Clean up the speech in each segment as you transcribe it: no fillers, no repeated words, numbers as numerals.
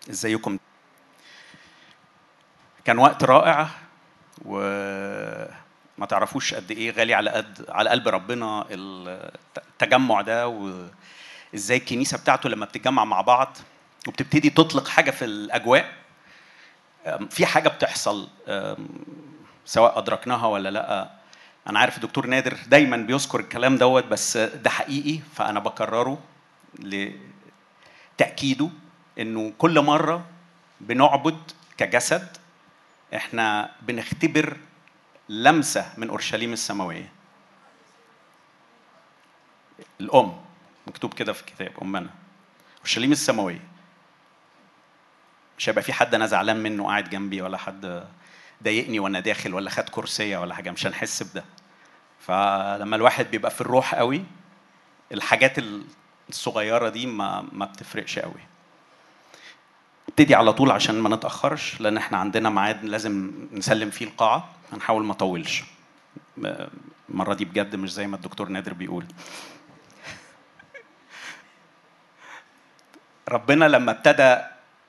ازيكم؟ كان وقت رائع، وما تعرفوش قد ايه غالي على قلب ربنا التجمع ده، وازاي الكنيسه بتاعته لما بتتجمع مع بعض وبتبتدي تطلق حاجه في الاجواء. في حاجه بتحصل، سواء ادركناها ولا لا. انا عارف الدكتور نادر دايما بيذكر الكلام دوت، بس ده حقيقي، فانا بكرره لتاكيده انه كل مره بنعبد كجسد احنا بنختبر لمسه من اورشليم السماويه. الام مكتوب كده في كتاب امنا، اورشليم السماويه. مش هيبقى في حد انا زعلان منه قاعد جنبي، ولا حد ضايقني وانا داخل، ولا خد كرسيه ولا حاجه، مش هنحس بده. فلما الواحد بيبقى في الروح قوي، الحاجات الصغيره دي ما بتفرقش قوي. ابتدي على طول عشان ما نتاخرش، لان احنا عندنا ميعاد لازم نسلم فيه القاعه. هنحاول ما اطولش المره دي بجد، مش زي ما الدكتور نادر بيقول. ربنا لما ابتدى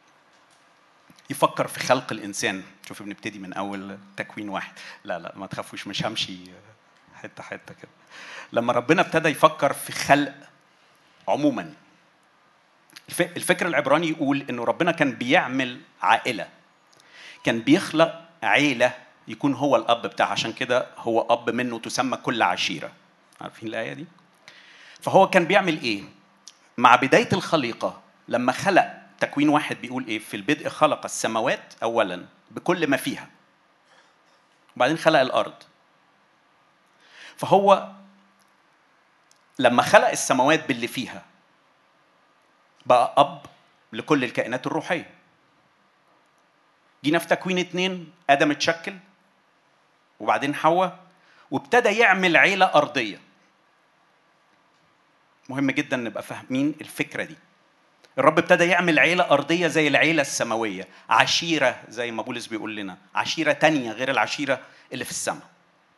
يفكر في خلق الإنسان، شوف بنبتدي من أول تكوين واحد. لا ما تخافوش، مش همشي حتة حتة كده. لما ربنا ابتدى يفكر في خلق عموما، الفكر العبراني يقول إنه ربنا كان بيعمل عائلة، كان بيخلق عيلة يكون هو الأب بتاعها. عشان كده هو أب منه تسمى كل عشيرة. عارفين الآية دي؟ فهو كان بيعمل إيه؟ مع بداية الخليقة لما خلق، تكوين واحد بيقول إيه؟ في البدء خلق السماوات أولا بكل ما فيها، وبعدين خلق الأرض. فهو لما خلق السماوات باللي فيها بقى أب لكل الكائنات الروحية. جينا في تكوين 2، آدم اتشكل وبعدين حواء، وابتدى يعمل عيلة أرضية. مهم جدا نبقى فاهمين الفكرة دي. الرب ابتدى يعمل عيلة أرضية زي العيلة السماوية، عشيرة زي ما بولس بيقول لنا، عشيرة تانية غير العشيرة اللي في السماء.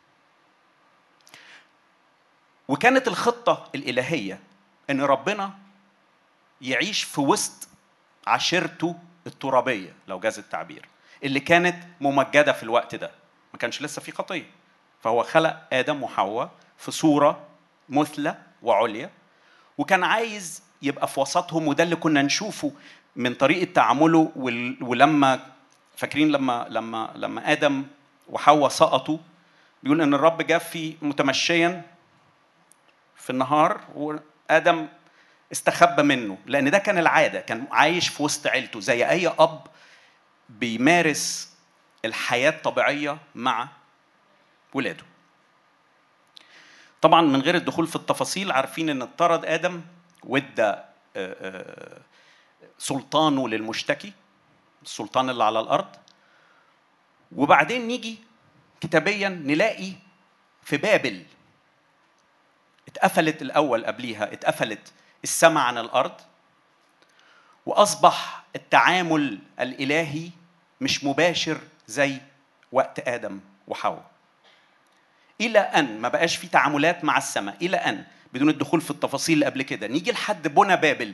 وكانت الخطة الإلهية إن ربنا يعيش في وسط عشيرته الترابية، لو جاز التعبير، اللي كانت ممجدة في الوقت ده، ما كانش لسه في خطية. فهو خلق آدم وحواء في صورة مثلى وعليا، وكان عايز يبقى في وسطهم. وده اللي كنا نشوفه من طريقة تعامله. ولما فاكرين لما آدم وحواء سقطوا، بيقول إن الرب جاء في متمشيا في النهار، وآدم استخبى منه، لأن ده كان العادة. كان عايش في وسط عيلته زي أي أب بيمارس الحياة الطبيعية مع ولاده. طبعا من غير الدخول في التفاصيل، عارفين ان اضطرد آدم وادى سلطانه للمشتكي، السلطان اللي على الأرض. وبعدين نيجي كتابيا نلاقي في بابل اتقفلت الأول، قبليها اتقفلت السماء عن الأرض، وأصبح التعامل الإلهي مش مباشر زي وقت آدم وحواء، إلى أن ما بقاش في تعاملات مع السماء، إلى أن بدون الدخول في التفاصيل اللي قبل كده نيجي لحد بنى بابل.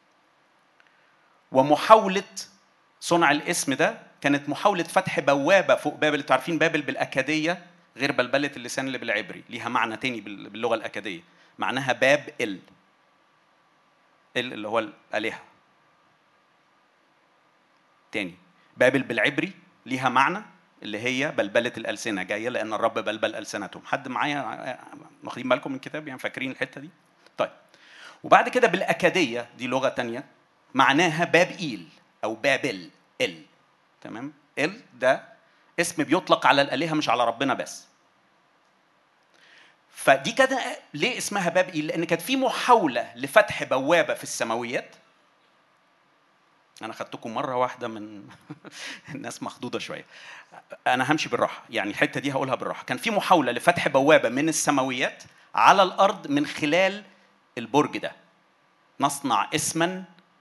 ومحاولة صنع الاسم ده كانت محاولة فتح بوابة فوق بابل. انتوا عارفين بابل بالأكادية غير بلبلة اللسان اللي بالعبري، ليها معنى تاني باللغة الأكادية، معناها باب اللي هو الآلهة. تاني، بابل بالعبري ليها معنى اللي هي بلبلة الألسنة، جاية لأن الرب بلبل ألسنتهم. حد معايا واخدين بالكم من الكتاب؟ يعني فاكرين الحتة دي؟ طيب، وبعد كده بالأكادية، دي لغة تانية، معناها باب إيل أو بابل. تمام؟ ده اسم بيطلق على الآلهة مش على ربنا بس. فدي كده ليه اسمها باب إيل؟ لأن كانت في محاولة لفتح بوابة في السماويات. أنا خدتكم مرة واحدة من الناس مخضوضة شوية، أنا همشي بالراحة، يعني الحتة دي هقولها بالراحة. كان في محاولة لفتح بوابة من السماويات على الأرض من خلال البرج ده. نصنع اسما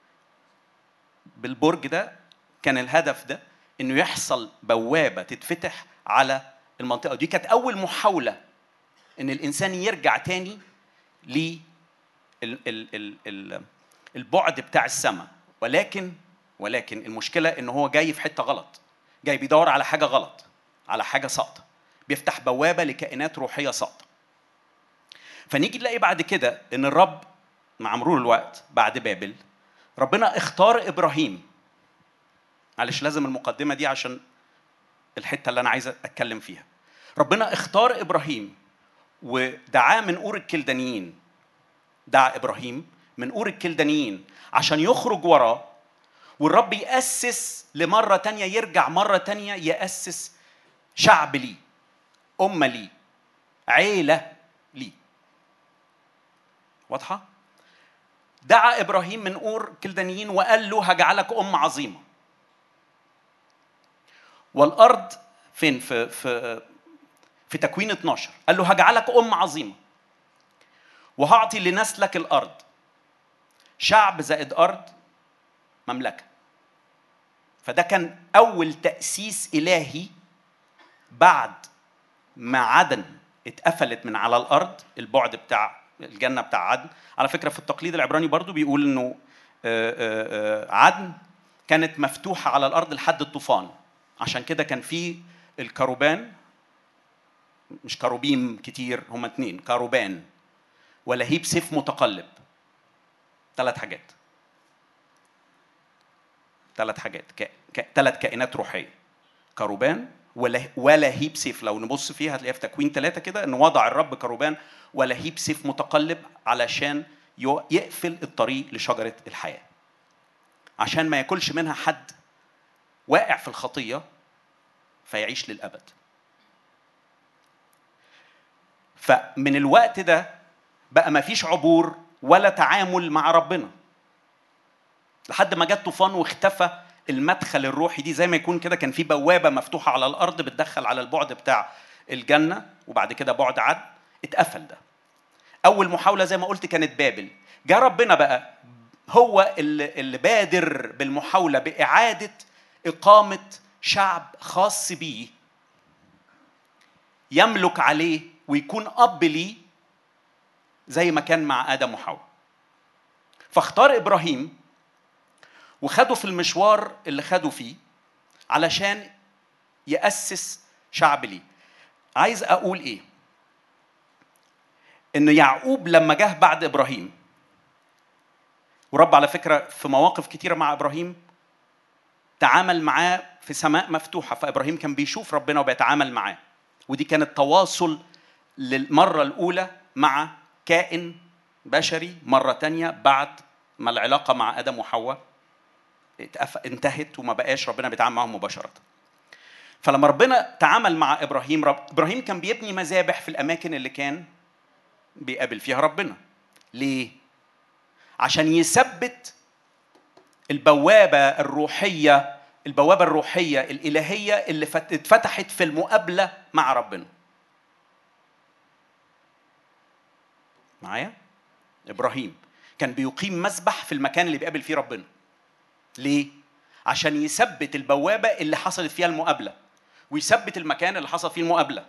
بالبرج ده، كان الهدف ده إنه يحصل بوابة تتفتح على المنطقة دي. كانت أول محاولة إن الإنسان يرجع تاني للبعد بتاع السماء. ولكن ولكن المشكلة إن هو جاي في حتة غلط، جاي بيدور على حاجة غلط، على حاجة ساقطة، بيفتح بوابة لكائنات روحية ساقطة. فنيجي نلاقي بعد كده إن الرب مع مرور الوقت بعد بابل ربنا اختار إبراهيم. معلش لازم المقدمة دي عشان الحتة اللي أنا عايز أتكلم فيها. ربنا اختار إبراهيم ودعاه من أور الكلدانيين، دعا إبراهيم من أور الكلدانيين عشان يخرج وراه، والرب يأسس لمرة تانية، يرجع مرة تانية يأسس شعب لي، أمة لي، عيلة لي. واضحة؟ دعا إبراهيم من أور الكلدانيين وقال له هجعلك أمة عظيمة. والأرض فين؟ في تكوين 12 قال له هجعلك أمة عظيمة وهعطي لنسلك الأرض، شعب زائد أرض مملكة. فده كان أول تأسيس إلهي بعد ما عدن اتقفلت من على الأرض، البعد بتاع الجنة بتاع عدن. على فكرة في التقليد العبراني برضو بيقول إنه عدن كانت مفتوحة على الأرض لحد الطوفان، عشان كده كان في الكروبان، مش كروبيم كتير، هما 2 كروبان ولهيب سيف متقلب. 3 حاجات، 3 كائنات روحية، كروبان ولهيب سيف. لو نبص فيها هتلاقيها في تكوين 3 كده، إنه وضع الرب كروبان ولهيب سيف متقلب علشان يقفل الطريق لشجرة الحياة، عشان ما ياكلش منها حد واقع في الخطية فيعيش للأبد. فمن الوقت ده بقى ما فيش عبور ولا تعامل مع ربنا لحد ما جت طوفان واختفى المدخل الروحي دي. زي ما يكون كده كان في بوابة مفتوحة على الأرض بتدخل على البعد بتاع الجنة، وبعد كده بعد عدن اتقفل ده. أول محاولة زي ما قلت كانت بابل. جاء ربنا بقى هو اللي بادر بالمحاولة بإعادة إقامة شعب خاص بيه يملك عليه ويكون أب ليه زي ما كان مع آدم وحواء. فاختار إبراهيم وخده في المشوار اللي خده فيه علشان يأسس شعب ليه. عايز أقول إيه؟ إن يعقوب لما جه بعد إبراهيم، ورب على فكرة في مواقف كتيرة مع إبراهيم تعامل معاه في سماء مفتوحة، فإبراهيم كان بيشوف ربنا وبيتعامل معاه، ودي كانت تواصل للمرة الأولى مع كائن بشري مرة تانية بعد ما العلاقة مع آدم وحواء انتهت وما بقاش ربنا بيتعامل معهم مباشرة. فلما ربنا تعامل مع إبراهيم كان بيبني مذابح في الأماكن اللي كان بيقابل فيها ربنا. ليه؟ عشان يثبت البوابة الروحية الإلهية اللي اتفتحت في المقابلة مع ربنا. معايا؟ إبراهيم كان بيقيم مذبح في المكان اللي بيقابل فيه ربنا. ليه؟ عشان يثبت البوابة اللي حصلت فيها المقابلة ويثبت المكان اللي حصل فيه المقابلة.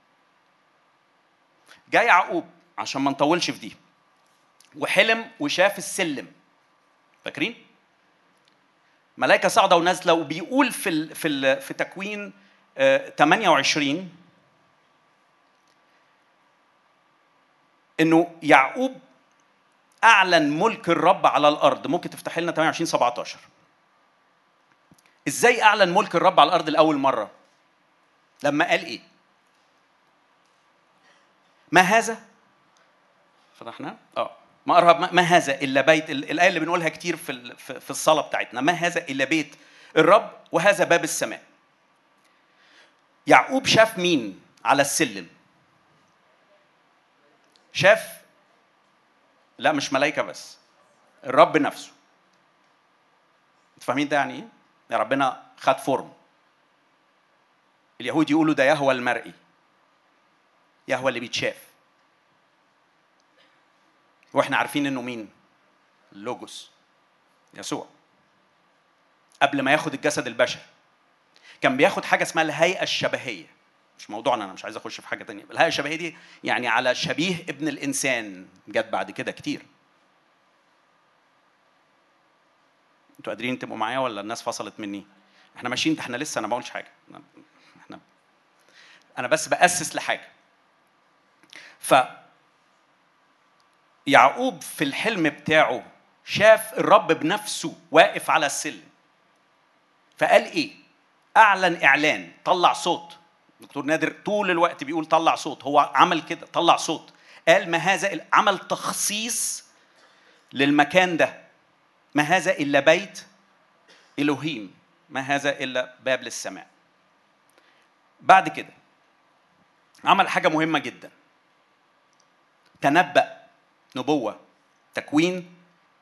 جاء يعقوب عشان ما نطولش في دي وحلم وشاف السلم، فاكرين؟ ملائكة صعدة ونازلة، وبيقول في تكوين 28 إنه يعقوب أعلن ملك الرب على الأرض. ممكن تفتح لنا 28-17؟ إزاي أعلن ملك الرب على الأرض لأول مرة؟ لما قال إيه؟ ما هذا؟ فتحنا؟ ما أرهب ما هذا إلا بيت، الآية اللي بنقولها كتير في الصلاة بتاعتنا، ما هذا إلا بيت الرب وهذا باب السماء. يعقوب شاف مين على السلم؟ شاف، لا مش ملائكة بس، الرب نفسه. فاهمين ده يعني إيه؟ يا ربنا خد فورم. اليهود يقولوا ده يهوى المرئي، يهوى اللي بيتشاف، واحنا عارفين انه مين؟ اللوجوس، يسوع. قبل ما ياخد الجسد البشري كان بياخد حاجه اسمها الهيئه الشبهيه. مش موضوعنا، انا مش عايز اخش في حاجه تانية. الهيئه الشبهيه دي يعني على شبيه ابن الانسان، جت بعد كده كتير. انتوا قادرين تبقوا معايا ولا الناس فصلت مني؟ احنا ماشيين، احنا لسه، انا ما بقولش حاجه، انا بس بأسس لحاجه. ف يعقوب في الحلم بتاعه شاف الرب بنفسه واقف على السلم، فقال ايه؟ اعلن اعلان، طلع صوت. دكتور نادر طول الوقت بيقول طلع صوت، هو عمل كده، طلع صوت، قال ما هذا، عمل تخصيص للمكان ده، ما هذا الا بيت الوهيم، ما هذا الا باب للسماء. بعد كده عمل حاجه مهمه جدا، تنبأ نبوه، تكوين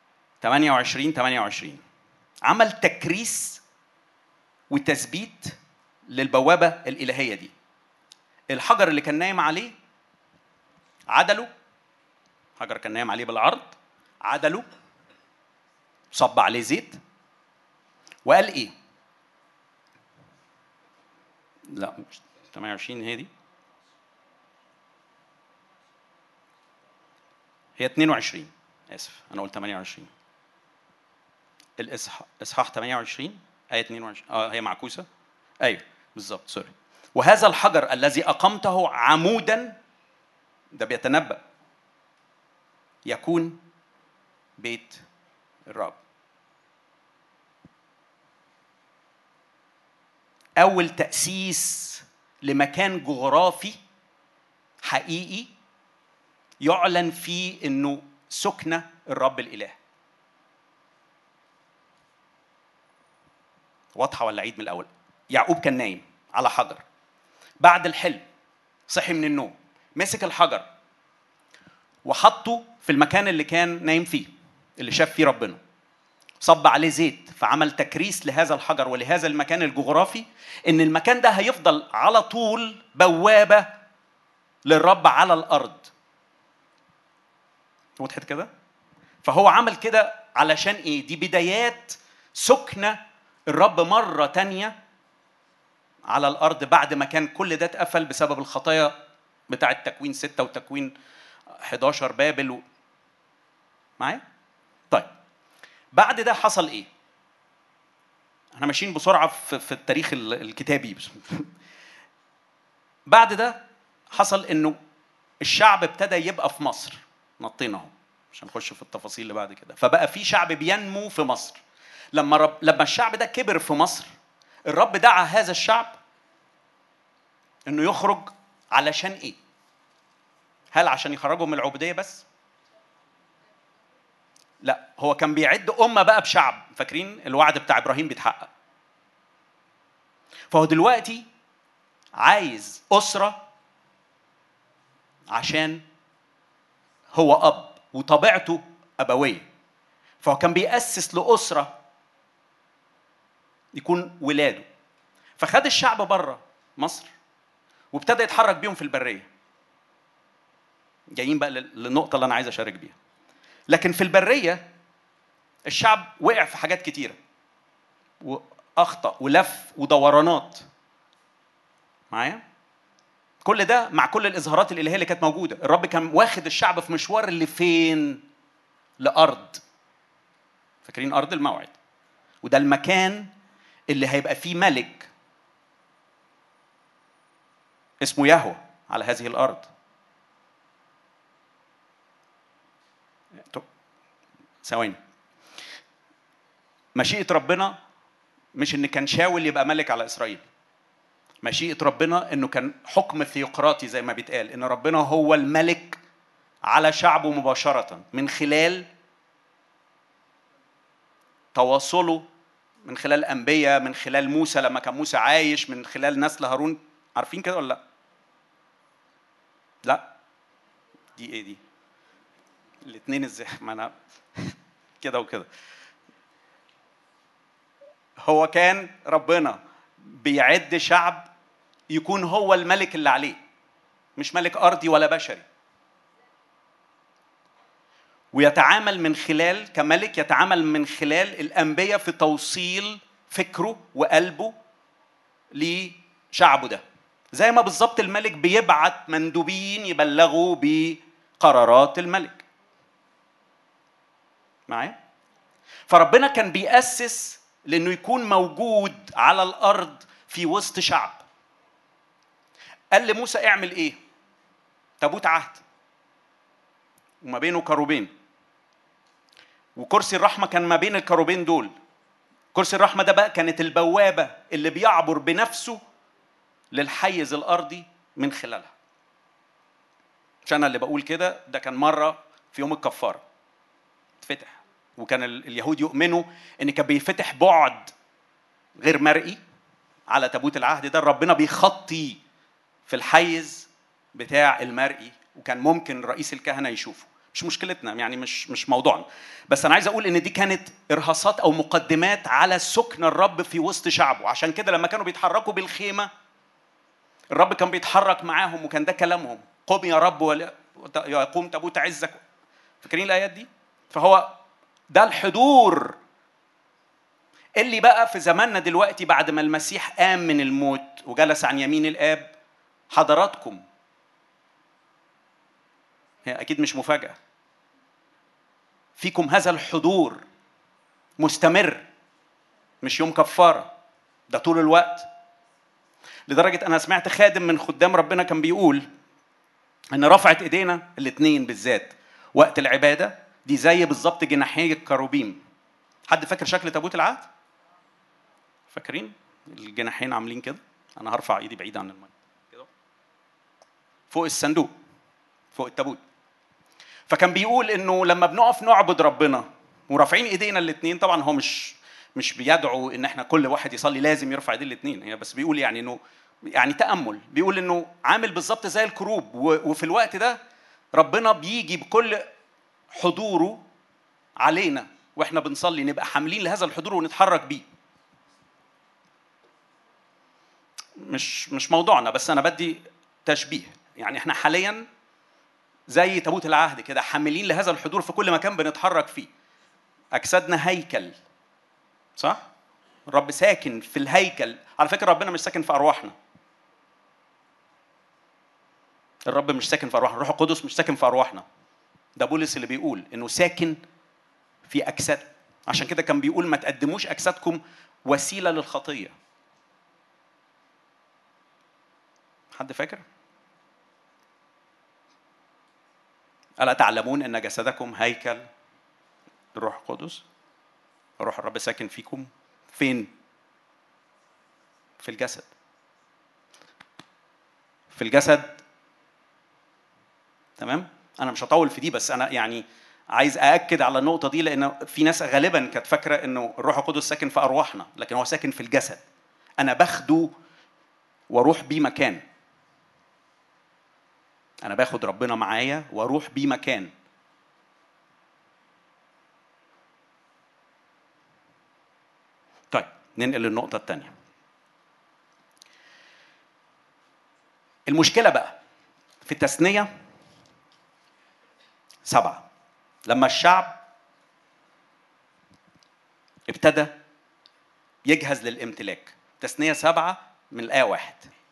28 عمل تكريس وتثبيت للبوابه الالهيه دي. الحجر اللي كان نايم عليه عدله، حجر كان نايم عليه بالعرض، عدله، صب عليه زيت، وقال ايه؟ لا مش 28 هي دي، هي 22، اسف انا قلت 28. الاصحاح 28 ايه 22، هي معكوسه، ايوه بالظبط، سوري. وهذا الحجر الذي اقمته عمودا، ده بيتنبأ يكون بيت الرب. أول تأسيس لمكان جغرافي حقيقي يعلن فيه إنه سكنة الرب الإله. واضحة ولا عيد من الأول؟ يعقوب كان نايم على حجر، بعد الحلم صحي من النوم، مسك الحجر وحطه في المكان اللي كان نايم فيه، اللي شاف فيه ربنا، صب عليه زيت، فعمل تكريس لهذا الحجر ولهذا المكان الجغرافي، ان المكان ده هيفضل على طول بوابة للرب على الارض. وضحت كده؟ فهو عمل كده علشان ايه؟ دي بدايات سكنة الرب مرة تانية على الارض، بعد ما كان كل ده اتقفل بسبب الخطايا بتاع التكوين 6 وتكوين 11 بابل معايا؟ طيب بعد ده حصل ايه؟ احنا ماشيين بسرعه في التاريخ الكتابي. بعد ده حصل انه الشعب ابتدى يبقى في مصر، نطينا اهو مش هنخش في التفاصيل اللي بعد كده. فبقى في شعب بينمو في مصر. لما الشعب ده كبر في مصر، الرب دعا هذا الشعب انه يخرج. علشان ايه؟ هل عشان يخرجهم من العبوديه بس؟ لا، هو كان بيعد امه بقى بشعب. فاكرين الوعد بتاع ابراهيم بيتحقق؟ فهو دلوقتي عايز اسره، عشان هو اب وطبيعته ابويه، فهو كان بيأسس لاسره يكون ولاده. فخد الشعب بره مصر وابتدى يتحرك بيهم في البريه. جايين بقى للنقطه اللي انا عايز اشارك بيها. لكن في البريه الشعب وقع في حاجات كتيره واخطأ ولف ودورانات معايا. كل ده مع كل الإظهارات الإلهية اللي كانت موجودة. الرب كان واخد الشعب في مشوار اللي فين؟ لأرض. فاكرين أرض الموعد؟ وده المكان اللي هيبقى فيه ملك اسمه يهوه على هذه الأرض. ثواني. مشيئة ربنا مش إن كان شاول يبقى ملك على إسرائيل. مشيئة ربنا إنه كان حكم ثيوقراطي زي ما بيتقال، إن ربنا هو الملك على شعبه مباشرة من خلال تواصله، من خلال أنبياء، من خلال موسى لما كان موسى عايش، من خلال نسل هارون. عارفين كده ولا لا؟ لا دي ايه دي؟ الاثنين ازاي؟ ما انا كده وكده. هو كان ربنا بيعد شعب يكون هو الملك اللي عليه، مش ملك أرضي ولا بشري، ويتعامل من خلال كملك، يتعامل من خلال الأنبياء في توصيل فكره وقلبه لشعبه ده. زي ما بالظبط الملك بيبعت مندوبين يبلغوا بقرارات الملك معايا. فربنا كان بيأسس لأنه يكون موجود على الأرض في وسط شعب. قال لموسى اعمل إيه؟ تابوت عهد وما بينه كروبين، وكرسي الرحمة كان ما بين الكروبين دول. كرسي الرحمة ده بقى كانت البوابة اللي بيعبر بنفسه للحيز الأرضي من خلالها. مش أنا اللي بقول كده، ده كان مرة في يوم الكفارة اتفتح، وكان اليهود يؤمنوا إن كان بيفتح بعد غير مرئي على تابوت العهد ده. ربنا بيخطي في الحيز بتاع المرئي، وكان ممكن رئيس الكهنة يشوفه. مش مشكلتنا يعني، مش موضوعنا، بس أنا عايز أقول إن دي كانت إرهاصات أو مقدمات على سكن الرب في وسط شعبه. عشان كده لما كانوا بيتحركوا بالخيمة الرب كان بيتحرك معاهم، وكان ده كلامهم: قم يا رب ويقوم تابوت عزك. فاكرين الآيات دي؟ فهو ده الحضور اللي بقى في زماننا دلوقتي بعد ما المسيح قام من الموت وجلس عن يمين الآب. حضراتكم هي أكيد مش مفاجأة، فيكم هذا الحضور مستمر، مش يوم كفارة، ده طول الوقت. لدرجة أنا سمعت خادم من خدام ربنا كان بيقول أن رفعت إيدينا الاثنين بالذات وقت العبادة دي زي بالظبط جناحي الكروبيم. حد فاكر شكل تابوت العهد؟ فاكرين الجناحين عاملين كده؟ أنا هرفع إيدي بعيد عن الماء كده فوق الصندوق، فوق التابوت. فكان بيقول إنه لما بنقف نعبد ربنا ورافعين إيدينا الاثنين، طبعا هو مش بيدعو إن إحنا كل واحد يصلي لازم يرفع إيديه الاثنين، هي بس بيقول يعني إنه يعني تأمل، بيقول إنه عامل بالظبط زي الكروب. وفي الوقت ده ربنا بيجي بكل حضوره علينا وإحنا بنصلي، نبقى حاملين لهذا الحضور ونتحرك بيه. مش موضوعنا، بس أنا بدي تشبيه. يعني إحنا حالياً زي تابوت العهد كده حاملين لهذا الحضور في كل مكان بنتحرك فيه. أجسادنا هيكل، صح؟ الرب ساكن في الهيكل. على فكرة ربنا مش ساكن في أرواحنا. الرب مش ساكن في أرواحنا، الروح القدس مش ساكن في أرواحنا. ده بولس اللي بيقول إنه ساكن في أجساد. عشان كده كان بيقول ما تقدموش أجسادكم وسيلة للخطية. حد فاكر؟ ألا تعلمون أن جسدكم هيكل الروح القدس؟ روح الرب ساكن فيكم. فين؟ في الجسد. في الجسد. تمام؟ أنا مش هطول في دي، بس أنا يعني عايز أأكد على النقطة دي، لأن في ناس غالباً كانت فاكرة إنه الروح القدس ساكن في أرواحنا، لكن هو ساكن في الجسد. أنا باخده وأروح بيه مكان. أنا باخد ربنا معايا وأروح بيه مكان. طيب ننقل للنقطة الثانية. المشكلة بقى في التثنية 7 لما الشعب ابتدى يجهز للامتلاك. تثنية 7 من الآية 1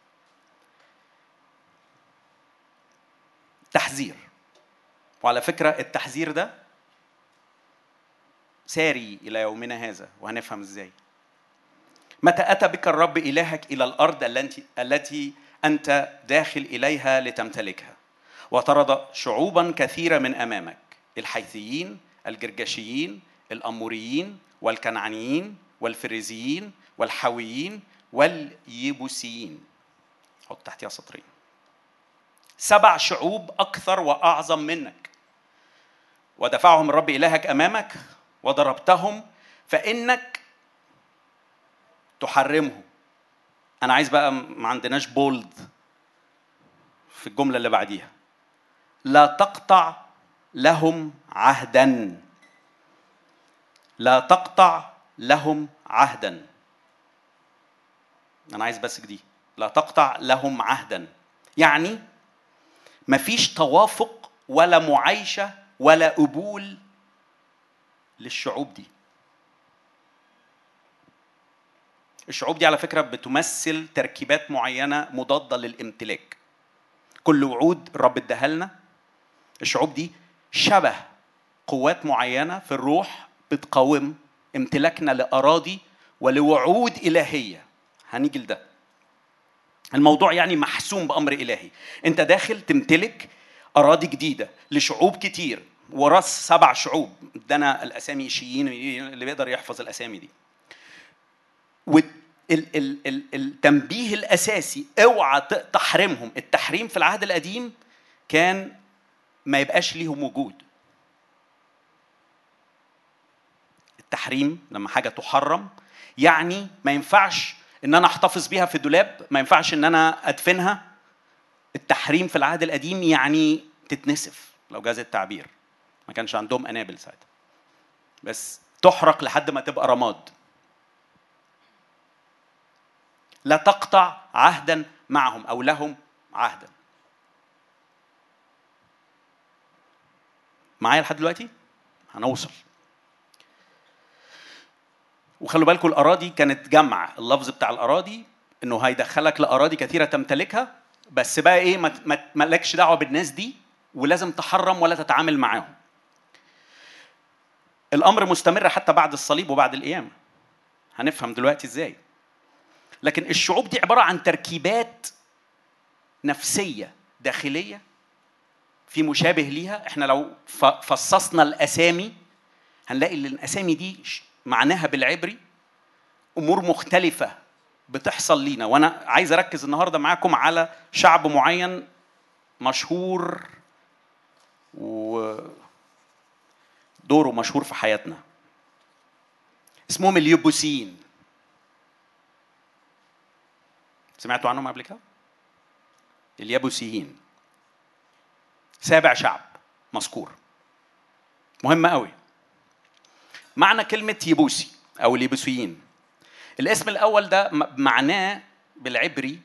تحذير. وعلى فكرة التحذير ده ساري إلى يومنا هذا، وهنفهم إزاي. متى أتى بك الرب إلهك إلى الأرض التي أنت داخل إليها لتمتلكها، وطرد شعوبا كثيرة من أمامك: الحيثيين، الجرجشيين، الأموريين، والكنعانيين، والفريزيين، والحويين، واليبوسيين. حط تحتها سطرين. 7 شعوب أكثر وأعظم منك، ودفعهم الرب إلهك أمامك وضربتهم، فإنك تحرمهم. أنا عايز بقى ما عندناش بولد في الجملة اللي بعديها: لا تقطع لهم عهدا. لا تقطع لهم عهدا. أنا عايز بس دي: لا تقطع لهم عهدا. يعني مفيش توافق ولا معايشة ولا قبول للشعوب دي. الشعوب دي على فكرة بتمثل تركيبات معينة مضادة للامتلاك. كل وعود الرب اداها لنا، الشعوب دي شبه قوات معينة في الروح بتقاوم امتلاكنا لأراضي ولوعود إلهية. هنيجي لده. الموضوع يعني محسوم بأمر إلهي. أنت داخل تمتلك أراضي جديدة لشعوب كتير، وراس 7 شعوب. ده أنا الأسامي إيشيين اللي بيقدر يحفظ الأسامي دي. والتنبيه الأساسي اوعى تحرمهم. التحريم في العهد القديم كان ما يبقاش ليهم وجود. التحريم لما حاجة تحرم يعني ما ينفعش ان انا احتفظ بيها في الدولاب، ما ينفعش ان انا ادفنها. التحريم في العهد القديم يعني تتنسف لو جاز التعبير. ما كانش عندهم قنابل ساعتها، بس تحرق لحد ما تبقى رماد. لا تقطع عهدا معهم او لهم عهدا. معايا لحد دلوقتي؟ هنوصل. وخلوا بالكم الأراضي كانت جمع. اللفظ بتاع الأراضي إنه هيدخلك لأراضي كثيرة تمتلكها، بس بقى إيه؟ ما لكش دعوة بالناس دي، ولازم تحرم ولا تتعامل معاهم. الأمر مستمر حتى بعد الصليب وبعد القيامة. هنفهم دلوقتي إزاي. لكن الشعوب دي عبارة عن تركيبات نفسية داخلية في مشابه ليها. إحنا لو فصصنا الأسامي هنلاقي إن الأسامي دي معناها بالعبري أمور مختلفة بتحصل لينا. وأنا عايز أركز النهاردة معاكم على شعب معين مشهور ودوره مشهور في حياتنا، اسمهم اليبوسيين. سمعتوا عنهم قبل كده؟ اليبوسيين 7 شعب مذكور، مهم قوي. معنى كلمة يبوسي أو اليبوسيين، الاسم الأول ده معناه بالعبري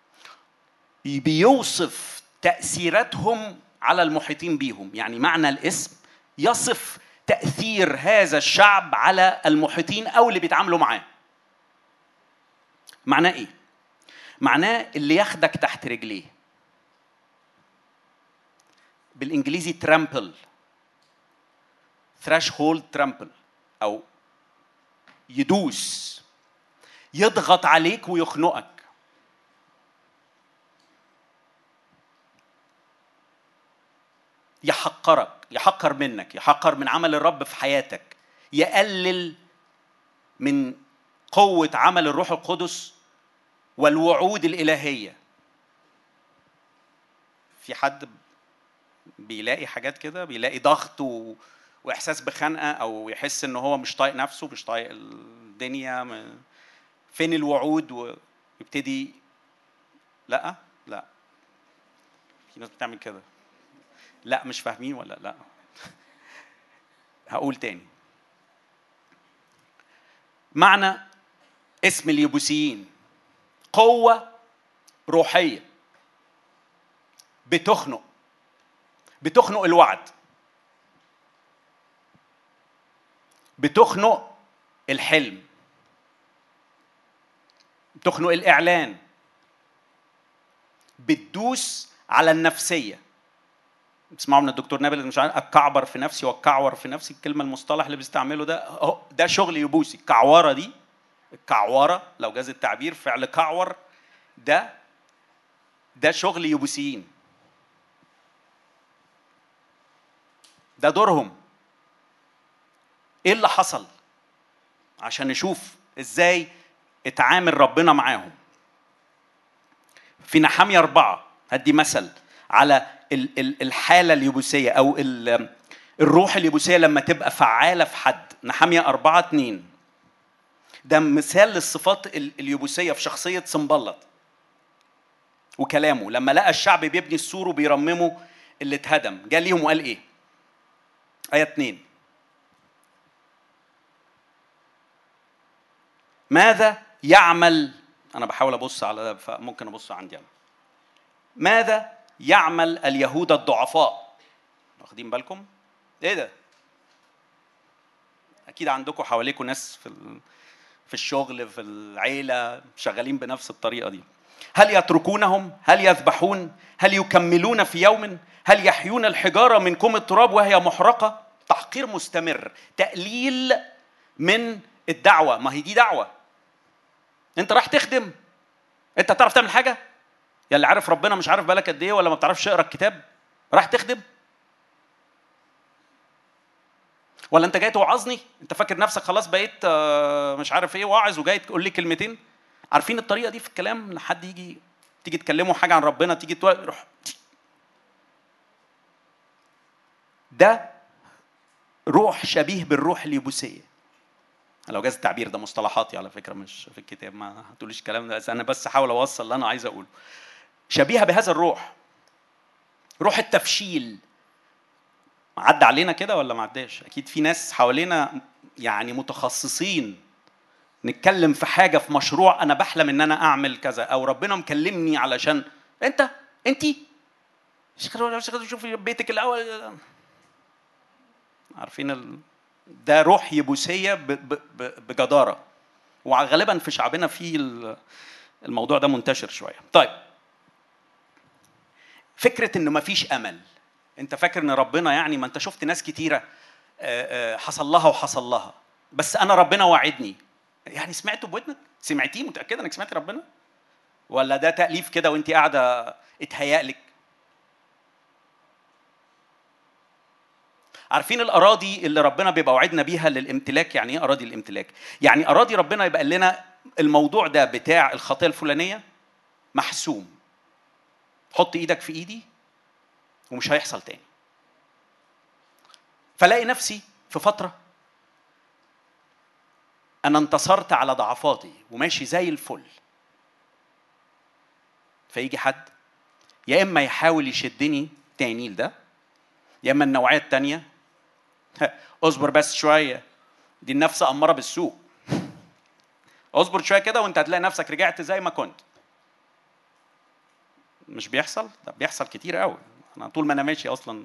بيوصف تأثيراتهم على المحيطين بيهم. يعني معنى الاسم يصف تأثير هذا الشعب على المحيطين أو اللي بيتعاملوا معاه. معناه إيه؟ معناه اللي ياخدك تحت رجليه. بالإنجليزي ترامبل، threshold ترامبل، أو يدوس، يضغط عليك ويخنقك. يحقرك، يحقر منك، يحقر من عمل الرب في حياتك، يقلل من قوة عمل الروح القدس والوعود الإلهية. في حد بيلاقي حاجات كده، بيلاقي ضغط وإحساس بخنقة، أو يحس إنه هو مش طايق نفسه، مش طايق الدنيا، فين الوعود؟ ويبتدي لا في ناس بتعمل كده. لا مش فاهمين ولا لا؟ هقول تاني. معنى اسم اليبوسيين قوة روحية بتخنق الوعد، بتخنق الحلم، بتخنق الإعلان، بتدوس على النفسية. تسمعوا من الدكتور نابل مش عارف أكعبر في نفسي وأكعور في نفسي. الكلمة المصطلح اللي بيستعمله ده شغل يبوسي. الكعورة دي، الكعورة لو جاز التعبير، فعل كعور، ده شغل يبوسيين. ده دورهم. ايه اللي حصل؟ عشان نشوف ازاي اتعامل ربنا معاهم. في نحمية 4 هدي مثل على الحالة اليبوسية أو الروح اليبوسية لما تبقى فعالة في حد. نحمية 4:2 ده مثال للصفات اليبوسية في شخصية سنبلط وكلامه. لما لقى الشعب بيبني السور وبيرمموا اللي اتهدم، جاء ليهم وقال ايه؟ آية 2: ماذا يعمل؟ أنا بحاول أبص على ده فممكن أبص عندي أنا. ماذا يعمل اليهود الضعفاء؟ واخدين بالكم؟ إيه ده؟ أكيد عندكم حواليكم ناس في الشغل، في العيلة، شغالين بنفس الطريقة دي. هل يتركونهم؟ هل يذبحون؟ هل يكملون في يوم؟ هل يحيون الحجارة من كوم التراب وهي محرقة؟ تحقير مستمر، تقليل من الدعوة. ما هي دي دعوة. انت راح تخدم، انت تعرف تعمل حاجة؟ يا اللي عارف ربنا مش عارف بالك قد ايه، ولا ما بتعرفش تقرا الكتاب راح تخدم؟ ولا انت جاي توعظني؟ انت فاكر نفسك خلاص بقيت مش عارف ايه واعظ وجاي تقول لي كلمتين؟ عارفين الطريقة دي في الكلام؟ لحد تيجي تكلموا حاجة عن ربنا، تيجي تروح. ده روح شبيه بالروح اليبوسية. لو جاز التعبير ده مصطلحاتي على فكرة، مش في الكتاب، ما هتقوليش الكلام ده، أنا بس أحاول أوصل اللي أنا عايز أقوله. شبيهة بهذا الروح، روح التفشيل. عدى علينا كده ولا ما عداش؟ أكيد في ناس حوالينا يعني متخصصين، نتكلم في حاجة، في مشروع أنا بحلم إن أنا أعمل كذا، أو ربنا مكلمني علشان أنتي شوفي بيتك الأول. عارفين ده روح يبوسية بجدارة، وغالبا في شعبنا في الموضوع ده منتشر شوية. طيب، فكرة إنه ما فيش أمل. أنت فاكر إن ربنا يعني، ما أنت شفت ناس كتيرة حصل لها وحصل لها، بس أنا ربنا وعدني. يعني سمعته بودنك؟ سمعتيه؟ متأكدة إنك سمعت ربنا؟ ولا ده تأليف كده وأنت قاعدة اتهيألك؟ عارفين الأراضي اللي ربنا بيبقى وعدنا بيها للامتلاك؟ يعني إيه أراضي الامتلاك؟ يعني أراضي ربنا يبقى لنا الموضوع ده بتاع الخطية الفلانية محسوم، حط إيدك في إيدي ومش هيحصل تاني. فلاقي نفسي في فترة أنا انتصرت على ضعفاتي وماشي زي الفل، فيجي حد يا إما يحاول يشدني تاني لده، يا إما النوعية التانية اصبر بس شوية، دي النفس أمارة بالسوء، اصبر شوية كده وانت هتلاقي نفسك رجعت زي ما كنت. مش بيحصل؟ ده بيحصل كتير قوي. أنا طول ما أنا ماشي أصلا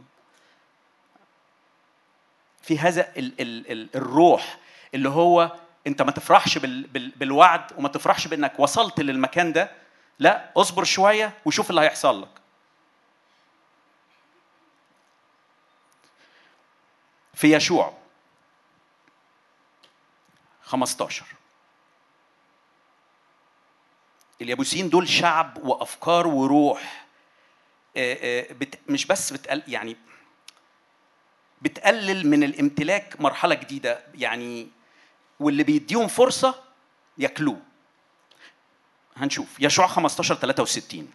في هذا الروح اللي هو أنت ما تفرحش بالوعد، وما تفرحش بأنك وصلت للمكان ده. لا، اصبر شوية وشوف اللي هيحصل لك. في يشوع 15، اليابوسيين دول شعب وأفكار وروح مش بس يعني بتقلل من الامتلاك مرحلة جديدة يعني، واللي بيديهم فرصة يأكلوه. هنشوف يشوع 15:63.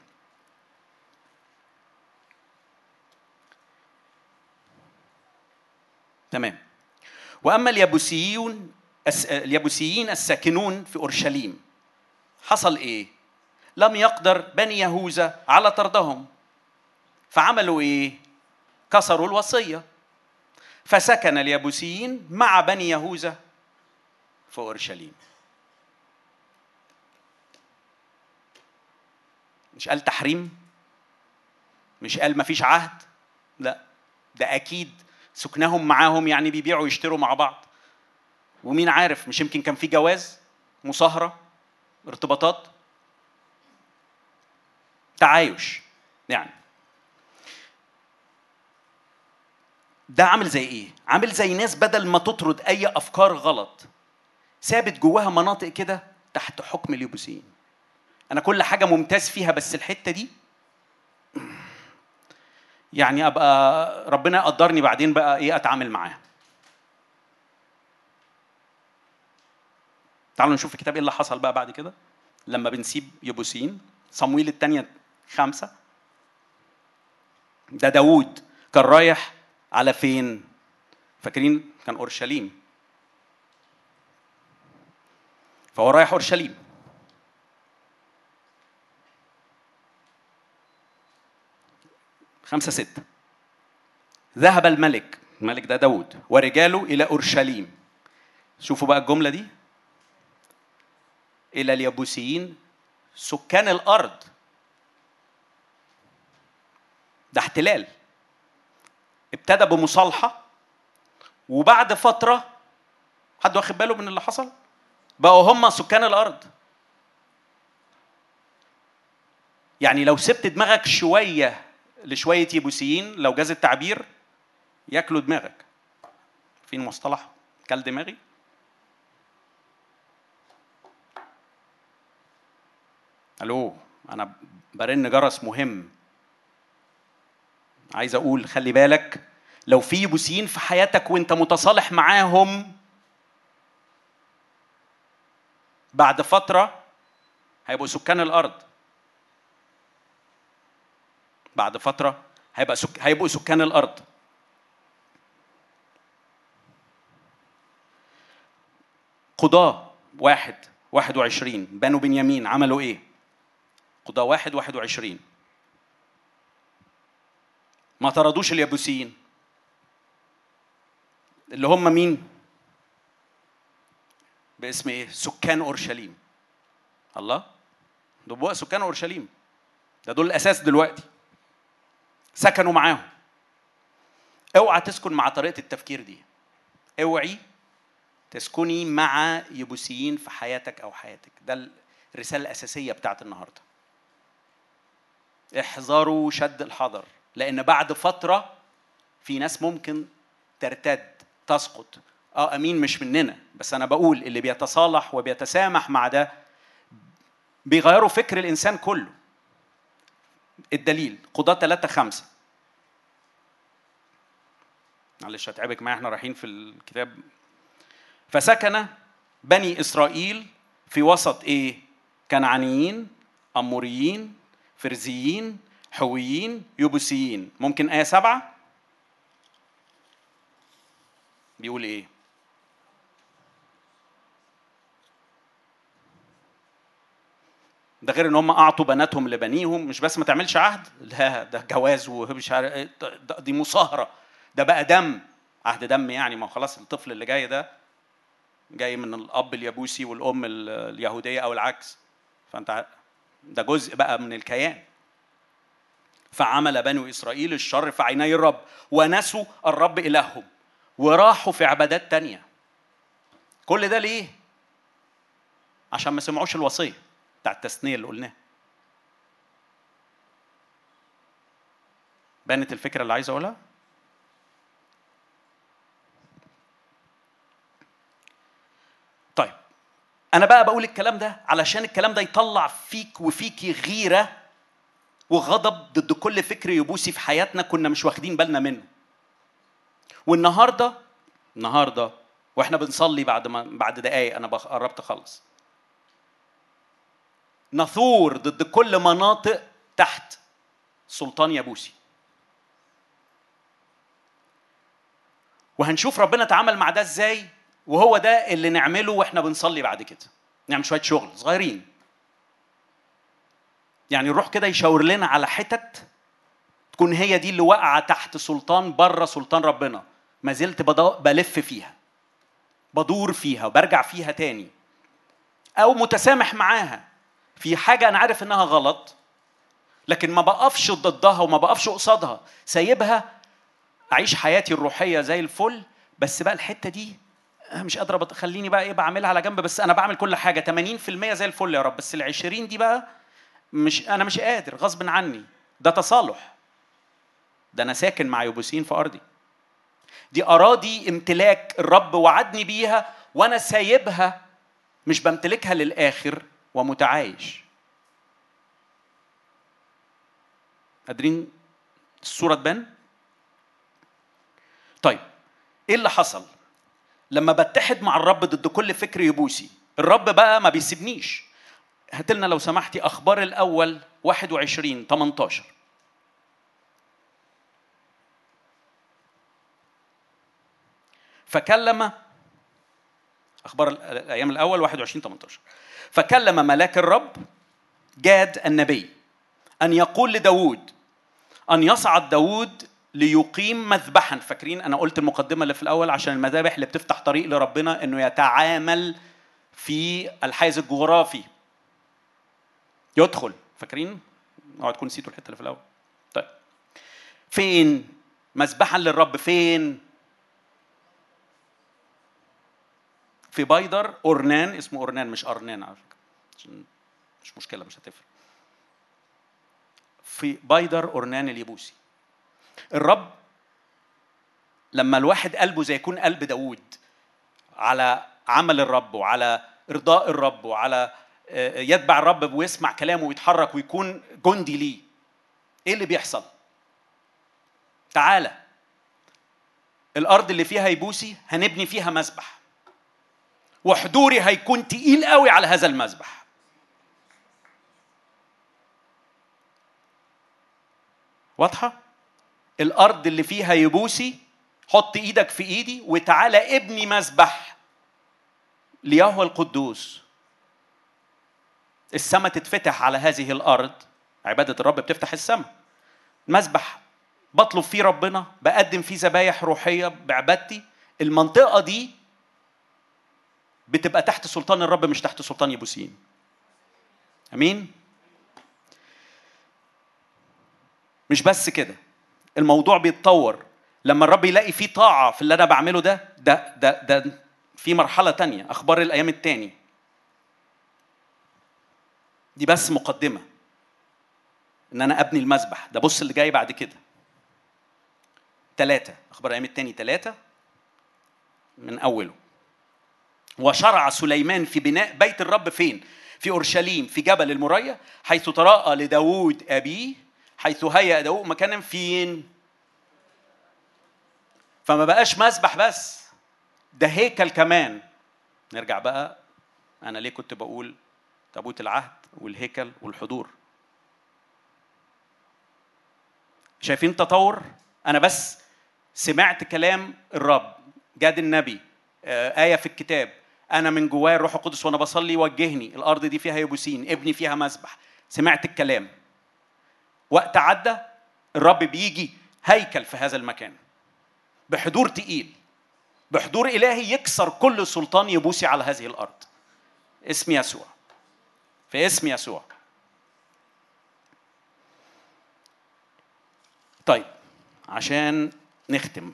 تمام. وأما اليابوسيين الساكنون في أورشليم حصل إيه؟ لم يقدر بني يهوذا على طردهم، فعملوا إيه؟ كسروا الوصية، فسكن اليابوسيين مع بني يهوذا في أورشليم. مش قال تحريم؟ مش قال ما فيش عهد؟ لا، ده أكيد سكنهم معاهم، يعني بيبيعوا ويشتروا مع بعض، ومين عارف مش يمكن كان في جواز، مصاهرة، ارتباطات، تعايش يعني. ده عامل زي ايه؟ عامل زي ناس بدل ما تطرد اي افكار غلط ثابت جواها مناطق كده تحت حكم اليبوسيين. انا كل حاجه ممتاز فيها، بس الحته دي يعني ابقى ربنا يقدرني بعدين بقى ايه اتعامل معاها. تعالوا نشوف الكتاب ايه اللي حصل بقى بعد كده لما بنسيب يبوسيين. صمويل الثانيه 5. ده داود كان رايح على فين؟ فاكرين كان اورشليم، فهو رايح اورشليم. 5:6. ذهب الملك ده داود ورجاله إلى أورشليم. شوفوا بقى الجملة دي، إلى اليبوسيين سكان الأرض. ده احتلال ابتدى بمصالحة، وبعد فترة حد واخد باله من اللي حصل؟ بقوا هم سكان الأرض. يعني لو سبت دماغك شوية لشوية يبوسيين، لو جاز التعبير، ياكلوا دماغك. فين مصطلح كل دماغي؟ الو، انا برن جرس مهم. عايز اقول خلي بالك، لو في يبوسيين في حياتك وانت متصالح معاهم، بعد فترة هيبقوا سكان الارض. بعد فترة هيبقوا سكان الارض. قضاة 1:21 بنو بنيامين عملوا ايه؟ قضاة 1:21 ما طردوش اليبوسيين اللي هم مين؟ باسم ايه؟ سكان اورشليم. الله، دول بقى سكان اورشليم، ده دول الاساس دلوقتي، سكنوا معاهم. اوعى تسكن مع طريقة التفكير دي. اوعي تسكني مع يبوسيين في حياتك او حياتك. ده الرسالة الأساسية بتاعت النهاردة. احذروا شد الحذر، لأن بعد فترة في ناس ممكن ترتد، تسقط. أمين مش مننا، بس أنا بقول اللي بيتصالح وبيتسامح مع ده بيغيروا فكر الإنسان كله. الدليل قضاة 3:5. معلش هتعبك معايا، احنا رايحين في الكتاب. فسكن بني إسرائيل في وسط ايه؟ كنعانيين، أموريين، فرزيين، حويين، يبوسيين. ممكن آية 7 بيقول ايه؟ ده غير ان هم اعطوا بناتهم لبنيهم. مش بس ما تعملش عهد، لا ده جواز ومش عارف، دي مصاهره، ده بقى دم، عهد دم. يعني ما خلاص الطفل اللي جاي ده جاي من الاب اليبوسي والام اليهوديه او العكس، فانت ده جزء بقى من الكيان. فعمل بنو اسرائيل الشر في عيني الرب ونسوا الرب الههم وراحوا في عبادات تانية. كل ده ليه؟ عشان ما سمعوش الوصيه بتاع التثنيه اللي قلناها. بانت الفكره اللي عايز اقولها؟ طيب انا بقى بقول الكلام ده علشان الكلام ده يطلع فيك وفيكي غيره وغضب ضد كل فكر يبوسي في حياتنا كنا مش واخدين بالنا منه. والنهارده واحنا بنصلي بعد دقايق، انا قربت اخلص، نثور ضد كل مناطق تحت سلطان يبوسي. وهنشوف ربنا تعامل مع ده ازاي، وهو ده اللي نعمله واحنا بنصلي بعد كده. نعمل شويه شغل صغيرين، يعني نروح كده يشاور لنا على حتت تكون هي دي اللي واقعه تحت سلطان، بره سلطان ربنا، ما زلت بلف فيها، بدور فيها وبرجع فيها تاني، او متسامح معاها في حاجه انا عارف انها غلط، لكن ما بقفش ضدها وما بقفش قصادها، سايبها اعيش حياتي الروحيه زي الفل. بس بقى الحته دي مش قادره خليني بقى ايه بعملها على جنب. بس انا بعمل كل حاجه 80% زي الفل يا رب، بس ال20 دي بقى انا مش قادر، غصب عني. ده تصالح، ده انا ساكن مع يبوسين في ارضي، دي اراضي امتلاك الرب وعدني بيها، وانا سايبها مش بمتلكها للاخر ومتعايش. قادرين الصوره تبان؟ طيب ايه اللي حصل لما بتحد مع الرب ضد كل فكر يبوسي؟ الرب بقى ما بيسيبنيش. هاتلنا لو سمحتي اخبار الاول 21:18. فكلم اخبار الايام الاول 21:18. فكلم ملاك الرب جاد النبي ان يقول لداود ان يصعد داود ليقيم مذبحا. فاكرين انا قلت المقدمه اللي في الاول عشان المذابح اللي بتفتح طريق لربنا انه يتعامل في الحيز الجغرافي، يدخل. فاكرين؟ اوعى تكون نسيتوا الحته اللي في الاول. طيب فين مذبحا للرب؟ فين؟ في بيدر أورنان. اسمه أورنان مش أرنان على فكرة، مش مشكلة، مش هتفرق. في بيدر أورنان اليبوسي. الرب لما الواحد قلبه زي يكون قلب داود على عمل الرب وعلى إرضاء الرب وعلى يتبع الرب ويسمع كلامه ويتحرك ويكون جندي ليه، إيه اللي بيحصل؟ تعالى الأرض اللي فيها يبوسي هنبني فيها مذبح، وحضوري هيكون تقيل قوي على هذا المذبح. واضحة؟ الأرض اللي فيها يبوسي حط إيدك في إيدي وتعالى ابني مذبح ليهوه القدوس. السماء تتفتح على هذه الأرض، عبادة الرب بتفتح السماء. مذبح بطلب فيه ربنا، بقدم فيه ذبايح روحية بعبادتي. المنطقة دي بتبقى تحت سلطان الرب مش تحت سلطان يبوسين. أمين؟ مش بس كده، الموضوع بيتطور لما الرب يلاقي فيه طاعة في اللي أنا بعمله ده في مرحلة تانية. أخبار الأيام التاني دي بس مقدمة إن أنا أبني المذبح ده. بص اللي جاي بعد كده 3 أخبار الأيام التاني 3 من أوله. وشرع سليمان في بناء بيت الرب فين؟ في أورشليم في جبل المريا، حيث تراءى لداود أبيه، حيث هيأ داود مكانا فين. فما بقاش مذبح بس، ده هيكل كمان. نرجع بقى، أنا ليه كنت بقول تابوت العهد والهيكل والحضور؟ شايفين تطور؟ أنا بس سمعت كلام الرب، جاد النبي، آية في الكتاب، أنا من جواي الروح القدس وأنا بصلي وجهني الأرض دي فيها يبوسين، ابني فيها مذبح. سمعت الكلام، وقت عدى الرب بيجي هيكل في هذا المكان بحضور تقيل، بحضور إلهي يكسر كل سلطان يبوسي على هذه الأرض. اسم يسوع، في اسم يسوع. طيب عشان نختم،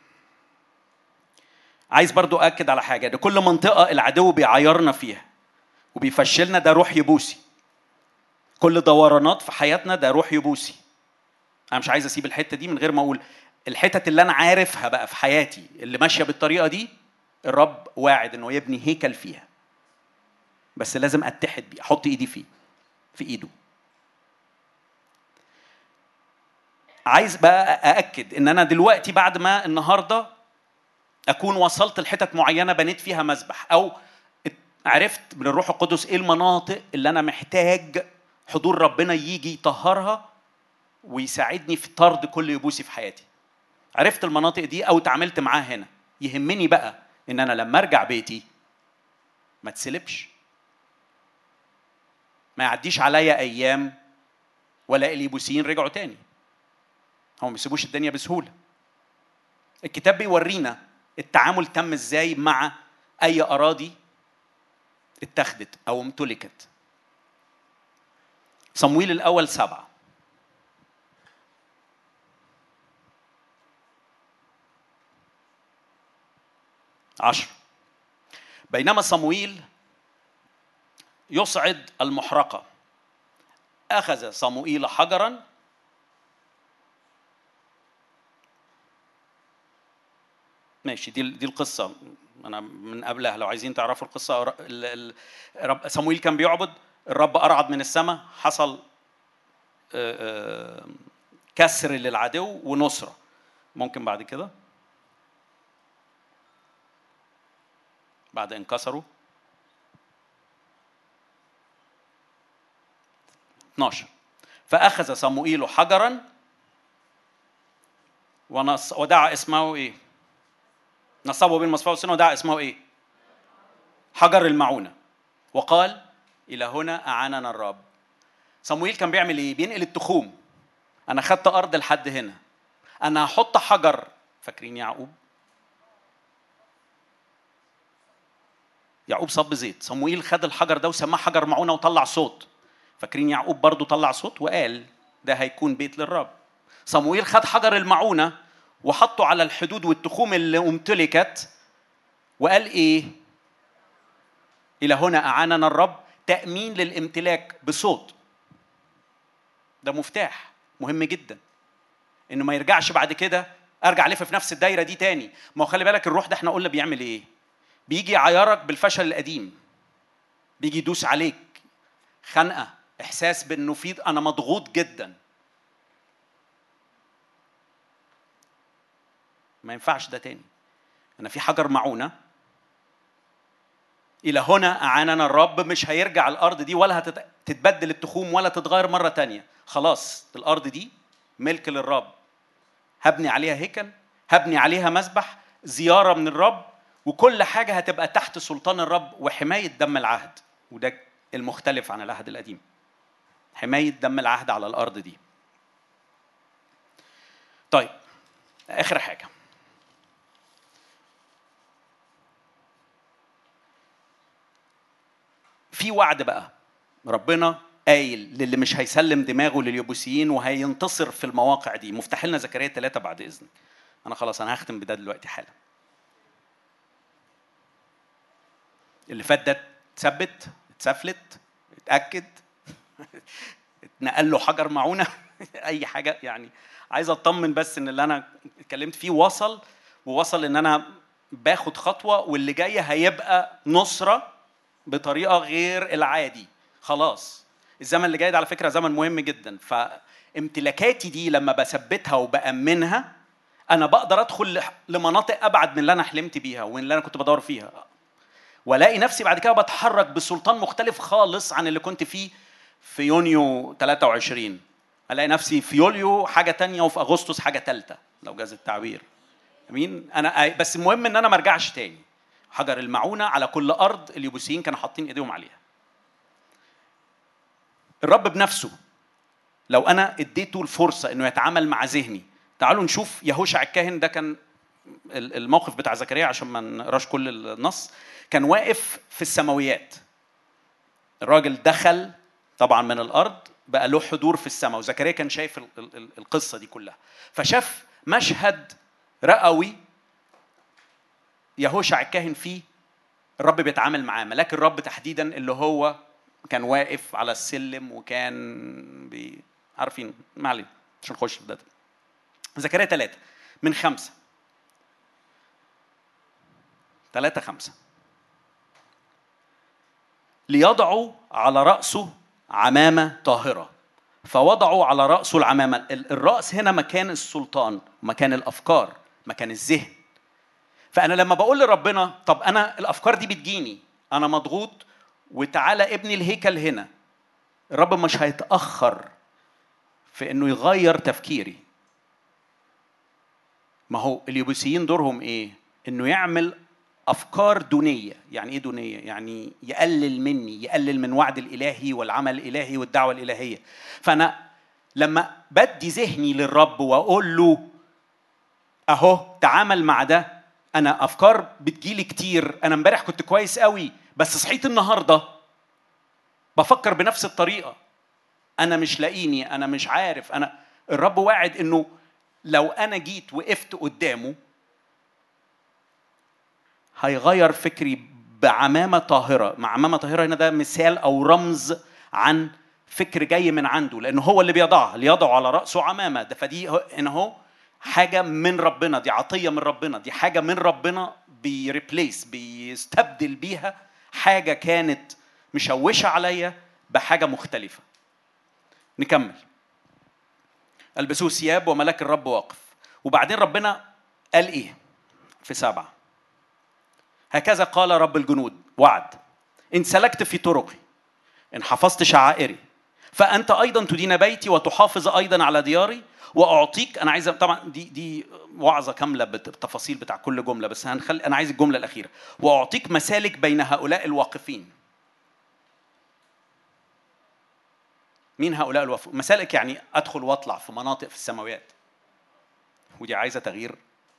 عايز برضو أكد على حاجة. ده كل منطقة العدو بيعايرنا فيها وبيفشلنا ده روح يبوسي. كل دورانات في حياتنا ده روح يبوسي. أنا مش عايز أسيب الحتة دي من غير ما أقول الحتة اللي أنا عارفها بقى في حياتي اللي ماشية بالطريقة دي. الرب واعد إنه يبني هيكل فيها، بس لازم أتحد بيه، أحط إيدي فيه، في إيده. عايز بقى أأكد إن أنا دلوقتي بعد ما النهاردة أكون وصلت لحتة معينة بنيت فيها مذبح، أو عرفت من الروح القدس إيه المناطق اللي أنا محتاج حضور ربنا يجي يطهرها ويساعدني في طرد كل يبوسي في حياتي. عرفت المناطق دي أو تعاملت معاه هنا. يهمني بقى إن أنا لما أرجع بيتي ما تسلبش، ما يعديش عليا أيام ولا اليبوسيين رجعوا تاني. هم ما بيسيبوش الدنيا بسهولة. الكتاب بيورينا التعامل تم إزاي مع أي أراضي اتخذت أو امتلكت. صمويل الأول 7. بينما صمويل يصعد المحرقة أخذ صموئيل حجراً ماشي. دي القصة أنا من قبلها لو عايزين تعرفوا القصة. صموئيل كان بيعبد الرب، أرعد من السماء، حصل كسر للعدو ونصرة. ممكن بعد كده بعد انكسروا 12. فأخذ صموئيل حجراً ودعا اسمه إيه؟ نصبه بين مصفاه والسنة ودعا اسمه إيه؟ حجر المعونة، وقال إلى هنا أعاننا الرب. صموئيل كان بيعمل إيه؟ بينقل التخوم. أنا خدت أرض لحد هنا، أنا هحط حجر. فاكرين يعقوب صب زيت. صموئيل خد الحجر ده وسماه حجر معونة وطلع صوت. فاكرين يعقوب برضو طلع صوت وقال ده هيكون بيت للرب. صموئيل خد حجر المعونة وحطه على الحدود والتخوم اللي امتلكت وقال إيه؟ إلى هنا أعاننا الرب. تأمين للامتلاك بصوت. ده مفتاح مهم جدا إنه ما يرجعش بعد كده ارجع الف في نفس الدايره دي تاني. ما هو خلي بالك الروح ده احنا قلنا بيعمل ايه؟ بيجي يعيرك بالفشل القديم، بيجي يدوس عليك خنقه، احساس بانه في انا مضغوط جدا. ما ينفعش ده تاني. انا في حجر معونه، الى هنا اعاننا الرب، مش هيرجع الارض دي ولا هتتبدل التخوم ولا تتغير مره تانية. خلاص الارض دي ملك للرب، هبني عليها هيكل، هبني عليها مسبح، زياره من الرب، وكل حاجه هتبقى تحت سلطان الرب وحمايه دم العهد. وده المختلف عن العهد القديم، حمايه دم العهد على الارض دي. طيب اخر حاجه، في وعد بقى ربنا قايل للي مش هيسلم دماغه لليبوسيين وهينتصر في المواقع دي. مفتح لنا زكريا 3 بعد اذنك. انا خلاص انا هختم بده دلوقتي حالا. اللي فات ده اتثبت، اتسفلت، اتاكد، اتنقل له حجر معونه اي حاجه يعني. عايز اطمن بس ان اللي انا اتكلمت فيه وصل، ووصل ان انا باخد خطوه واللي جايه هيبقى نصره بطريقه غير العادي. خلاص الزمن اللي جاي ده على فكره زمن مهم جدا. فامتلاكاتي دي لما بثبتها وبامنها انا بقدر ادخل لمناطق ابعد من اللي انا حلمت بيها ومن اللي انا كنت بدور فيها، والاقي نفسي بعد كده بتحرك بسلطان مختلف خالص عن اللي كنت فيه في يونيو 23. الاقي نفسي في يوليو حاجه تانية وفي اغسطس حاجه ثالثه لو جاز التعبير. امين. انا بس المهم ان انا ما ارجعش تاني. حجر المعونه على كل ارض اليبوسيين كانوا حاطين ايديهم عليها. الرب بنفسه لو انا اديته الفرصه انه يتعامل مع ذهني. تعالوا نشوف يهوشع الكاهن ده، كان الموقف بتاع زكريا عشان ما نقراش كل النص. كان واقف في السماويات، الراجل دخل طبعا من الارض بقى له حضور في السماء، وزكريا كان شايف القصه دي كلها. فشاف مشهد رئوي يهوشع الكاهن فيه الرب بيتعامل معاه، ملاك الرب تحديدا اللي هو كان واقف على السلم وكان عارفين. ما علينا مش نخش في ده. زكريا 3 من 5 3-5. ليضعوا على رأسه عمامة طاهرة، فوضعوا على رأسه العمامة. الرأس هنا مكان السلطان، مكان الأفكار، مكان الذهن. فأنا لما بقول لربنا طب أنا الأفكار دي بتجيني، أنا مضغوط وتعالى ابني الهيكل هنا، الرب مش هيتأخر في إنه يغير تفكيري. ما هو اليبوسيين دورهم إيه؟ إنه يعمل أفكار دونية. يعني إيه دونية؟ يعني يقلل مني، يقلل من وعد الإلهي والعمل الإلهي والدعوة الإلهية. فأنا لما بدي ذهني للرب وأقول له أهو تعامل مع ده، أنا أفكار بتجيلي كتير، أنا امبارح كنت كويس قوي بس صحيت النهاردة بفكر بنفس الطريقة، أنا مش لاقيني، أنا مش عارف. أنا الرب واعد إنه لو أنا جيت وقفت قدامه هيغير فكري بعمامة طاهرة. مع عمامة طاهرة هنا ده مثال أو رمز عن فكر جاي من عنده، لأنه هو اللي بيضعها، ليضع على رأسه عمامة. ده فدي إنه حاجة من ربنا، دي عطية من ربنا، دي حاجة من ربنا بيريبليس، بيستبدل بيها حاجة كانت مشوشة عليا بحاجة مختلفة. نكمل. البسوه ثياب وملاك الرب واقف. وبعدين ربنا قال إيه في 7؟ هكذا قال رب الجنود، وعد: إن سلكت في طرقي، إن حفظت شعائري، فأنت أيضا تدين بيتي وتحافظ أيضا على دياري، وأعطيك. أنا عايز طبعا دي وعظة كاملة بالتفاصيل بتاع كل جملة، بس أنا عايز الجملة الأخيرة: وأعطيك مسالك بين هؤلاء الواقفين. مين هؤلاء الواقفين؟ مسالك يعني أدخل وأطلع في مناطق في السماوات، ودي عايزة تغيير.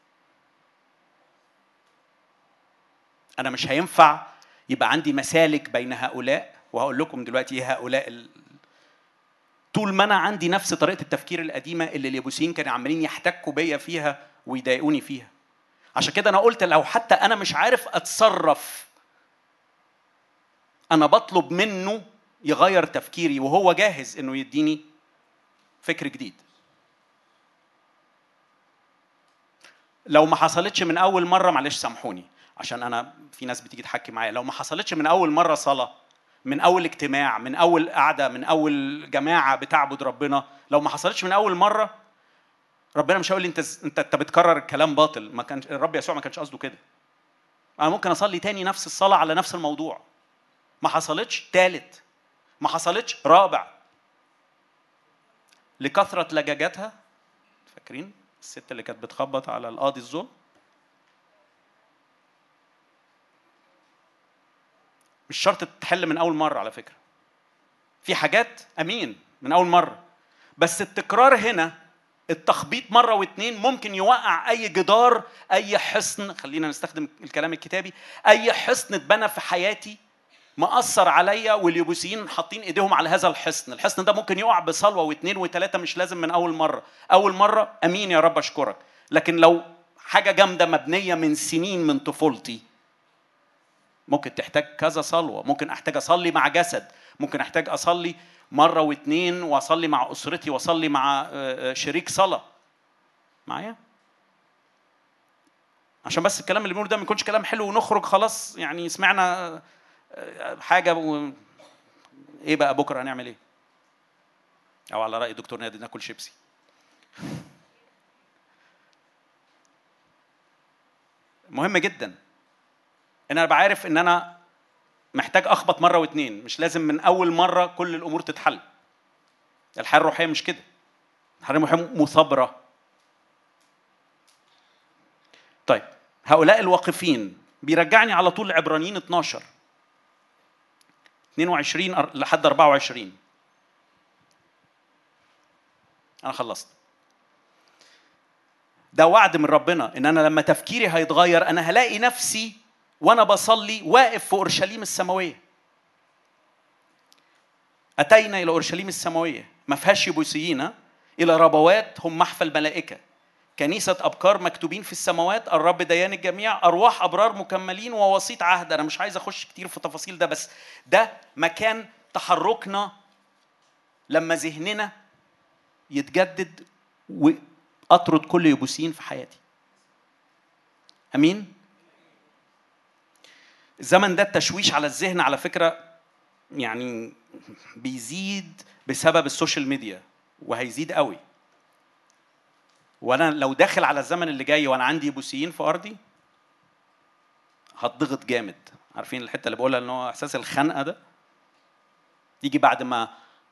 أنا مش هينفع يبقى عندي مسالك بين هؤلاء، وهقول لكم دلوقتي إيه هؤلاء. طول ما أنا عندي نفس طريقة التفكير القديمة اللي اليبوسيين كانوا عمالين يحتكوا بيا فيها ويضايقوني فيها. عشان كده أنا قلت لو حتى أنا مش عارف أتصرف، أنا بطلب منه يغير تفكيري، وهو جاهز إنه يديني فكر جديد. لو ما حصلتش من اول مره، معلش سامحوني عشان انا في ناس بتيجي تحكي معايا، لو ما حصلتش من اول مره صلاه، من اول اجتماع، من اول قعده، من اول جماعه بتعبد ربنا، لو ما حصلتش من اول مره، ربنا مش هيقول لي انت بتكرر الكلام باطل. ما كان الرب يسوع ما كانش قصده كده. انا ممكن اصلي تاني نفس الصلاه على نفس الموضوع، ما حصلتش تالت، ما حصلتش رابع، لكثره لجاجتها. فاكرين الست اللي كانت بتخبط على القاضي الظلم؟ مش شرط تحل من اول مره على فكره، في حاجات امين من اول مره، بس التكرار هنا، التخبيط مره واتنين ممكن يوقع اي جدار، اي حصن، خلينا نستخدم الكلام الكتابي، اي حصن اتبنى في حياتي مأثر عليا، واليبوسيين حاطين ايديهم على هذا الحصن. الحصن ده ممكن يقع بصلوه واثنين وثلاثه، مش لازم من اول مره. اول مره امين يا رب اشكرك، لكن لو حاجه جامده مبنيه من سنين من طفولتي، ممكن تحتاج كذا صلوه. ممكن احتاج اصلي مع جسد، ممكن احتاج اصلي مره واثنين، واصلي مع اسرتي، واصلي مع شريك صلاه معايا، عشان بس الكلام اللي بنقوله ده ما يكونش كلام حلو ونخرج خلاص يعني سمعنا حاجه ايه بقى بكره هنعمل ايه؟ او على راي دكتور نادي ناكل شيبسي. مهم جدا ان انا بعرف ان انا محتاج اخبط مره واثنين، مش لازم من اول مره كل الامور تتحل. الحياه الروحيه مش كده، الحياه الروحيه مثابره. طيب هؤلاء الواقفين بيرجعني على طول عبرانيين 12 22 لحد 24. انا خلصت. ده وعد من ربنا ان انا لما تفكيري هيتغير، انا هلاقي نفسي وانا بصلي واقف في اورشليم السماويه. اتينا الى اورشليم السماويه، ما فيهاش يبوسيين، الى ربوات هم محفى الملائكه، كنيسه ابكار مكتوبين في السماوات، الرب ديان الجميع، ارواح ابرار مكملين، ووسيط عهد. انا مش عايز اخش كتير في تفاصيل ده، بس ده مكان تحركنا لما ذهننا يتجدد واطرد كل يبوسين في حياتي. امين. الزمن ده التشويش على الذهن على فكره يعني بيزيد بسبب السوشيال ميديا، وهيزيد قوي. وانا لو داخل على الزمن اللي جاي وانا عندي يبوسيين في ارضي، هتضغط جامد. عارفين الحته اللي بقولها ان هو احساس الخنقه ده يجي بعد ما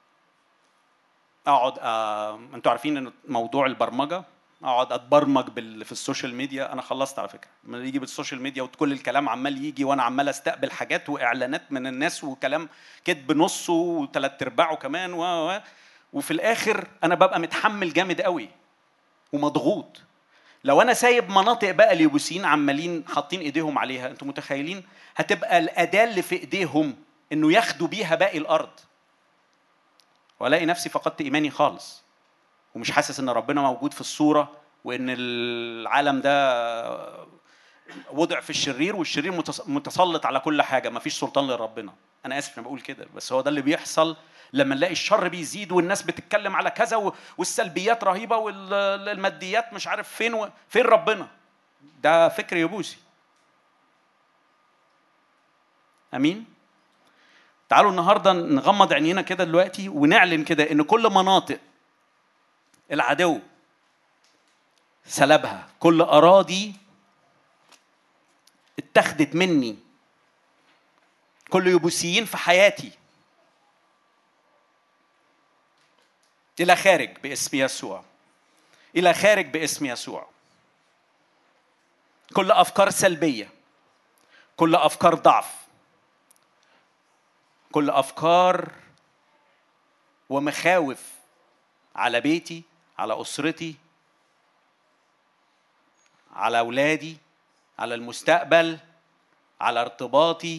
اقعد انتوا عارفين ان موضوع البرمجه، اقعد اتبرمج في السوشيال ميديا. انا خلصت على فكره لما يجي بالسوشيال ميديا وكل الكلام عمال يجي، وانا عمال استقبل حاجات واعلانات من الناس وكلام كذب نصه وثلاث ارباعه كمان وفي الاخر انا ببقى متحمل جامد قوي ومضغوط. لو انا سايب مناطق بقى اليبوسيين عمالين حاطين ايديهم عليها، انتوا متخيلين هتبقى الاداه اللي في ايديهم انه ياخدوا بيها باقي الارض، والاقي نفسي فقدت ايماني خالص، ومش حاسس ان ربنا موجود في الصوره، وان العالم ده وضع في الشرير، والشرير متسلط على كل حاجه، مفيش سلطان لربنا. انا اسف انا بقول كده، بس هو ده اللي بيحصل لما نلاقي الشر بيزيد والناس بتتكلم على كذا والسلبيات رهيبه والماديات مش عارف فين ربنا. ده فكر يبوسي. امين. تعالوا النهارده نغمض عينينا كده دلوقتي ونعلن كده ان كل مناطق العدو سلبها، كل اراضي اتخذت مني، كل يبوسيين في حياتي الى خارج باسم يسوع، الى خارج باسم يسوع. كل افكار سلبيه، كل افكار ضعف، كل افكار ومخاوف على بيتي، على اسرتي، على اولادي، على المستقبل، على ارتباطي،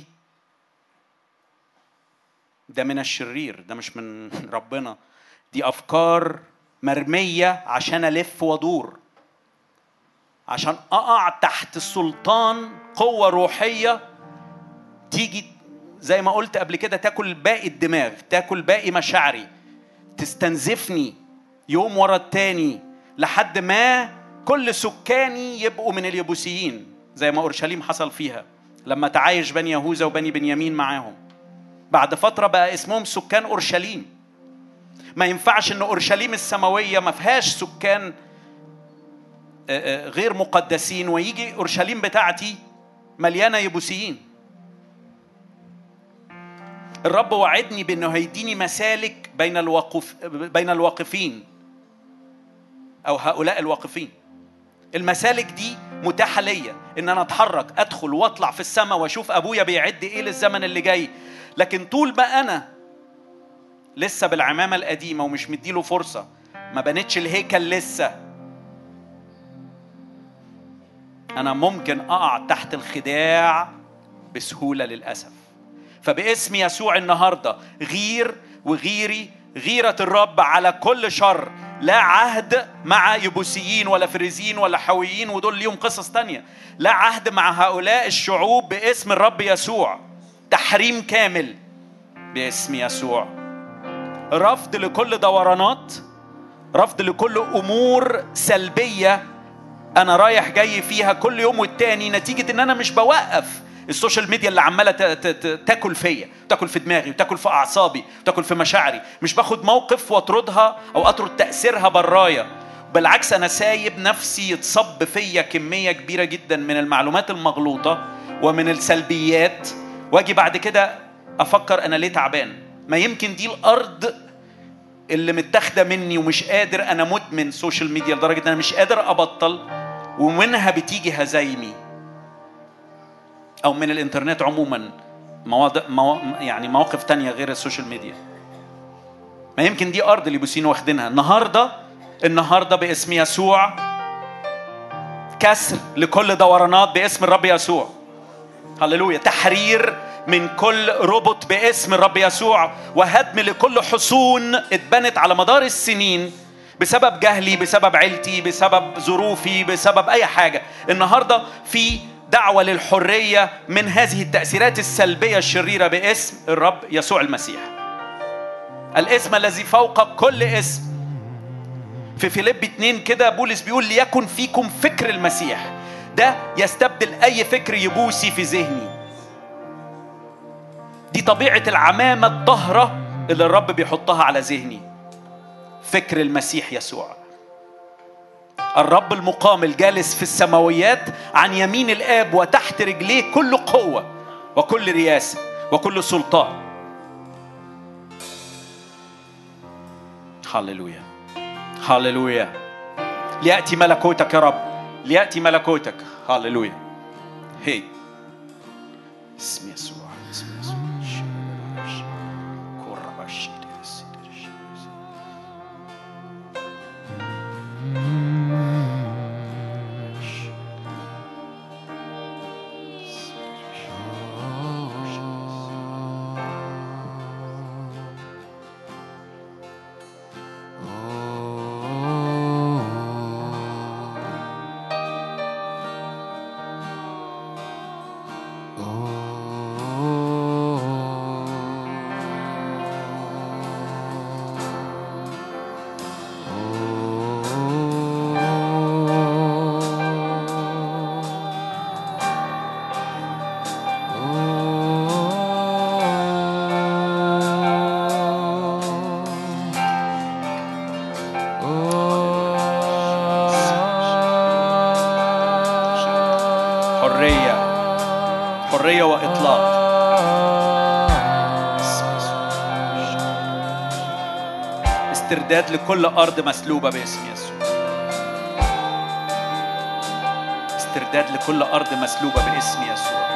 ده من الشرير، ده مش من ربنا. دي افكار مرميه عشان الف وادور، عشان اقع تحت السلطان قوه روحيه تيجي زي ما قلت قبل كده تاكل باقي الدماغ، تاكل باقي مشاعري، تستنزفني يوم ورا التاني لحد ما كل سكاني يبقوا من اليبوسيين، زي ما أورشليم حصل فيها لما تعايش بني يهوذا وبني بنيامين معاهم. بعد فترة بقى اسمهم سكان أورشليم. ما ينفعش إن أورشليم السماوية ما فيهاش سكان غير مقدسين، ويجي أورشليم بتاعتي مليانة يبوسيين. الرب وعدني بأنه هيديني مسالك بين الواقفين أو هؤلاء الواقفين. المسالك دي متاحة ليا إن أنا أتحرك، أدخل وأطلع في السماء وأشوف أبويا بيعد إيه للزمن اللي جاي. لكن طول ما أنا لسه بالعمامة القديمة ومش مديله فرصة، ما بنتش الهيكل لسه، أنا ممكن أقع تحت الخداع بسهولة للأسف. فباسم يسوع النهاردة غير وغيري غيرة الرب على كل شر. لا عهد مع يبوسيين ولا فريزيين ولا حويين، ودول ليهم قصص تانية. لا عهد مع هؤلاء الشعوب باسم الرب يسوع. تحريم كامل باسم يسوع. رفض لكل دورانات، رفض لكل أمور سلبية أنا رايح جاي فيها كل يوم والتاني، نتيجة إن أنا مش بوقف السوشيال ميديا اللي عمالة تاكل فيا، تاكل في دماغي، وتاكل في أعصابي، وتاكل في مشاعري. مش باخد موقف واطردها أو أطرد تأثيرها برايا. بالعكس، أنا سايب نفسي يتصب فيا كمية كبيرة جدا من المعلومات المغلوطة ومن السلبيات، واجي بعد كده أفكر أنا ليه تعبان. ما يمكن دي الأرض اللي متاخده مني ومش قادر. أنا مدمن سوشيال ميديا لدرجة أنا مش قادر أبطل، ومنها بتيجي هزايمي. أو من الإنترنت عموما، يعني مواقف تانية غير السوشيال ميديا. ما يمكن دي أرض اللي بيسين واخدينها. النهاردة باسم يسوع كسر لكل دورانات باسم الرب يسوع. هللويا. تحرير من كل ربط باسم الرب يسوع، وهدم لكل حصون اتبنت على مدار السنين بسبب جهلي، بسبب عيلتي، بسبب ظروفي، بسبب أي حاجة. النهاردة في دعوة للحرية من هذه التأثيرات السلبية الشريرة باسم الرب يسوع المسيح، الاسم الذي فوق كل اسم. في فيليب 2 كده بولس بيقول ليكن فيكم فكر المسيح. ده يستبدل أي فكر يبوسي في ذهني. دي طبيعة العمامة الطهرة اللي الرب بيحطها على ذهني. فكر المسيح يسوع، الرب المقام الجالس في السماويات عن يمين الآب، وتحت رجليه كل قوة وكل رياسة وكل سلطان. هاليلويا هاليلويا. ليأتي ملكوتك يا رب، ليأتي ملكوتك. هاليلويا. هي اسم يسوع، اسم يسوع. حرية وإطلاق. استرداد لكل أرض مسلوبة باسم يسوع. استرداد لكل أرض مسلوبة باسم يسوع.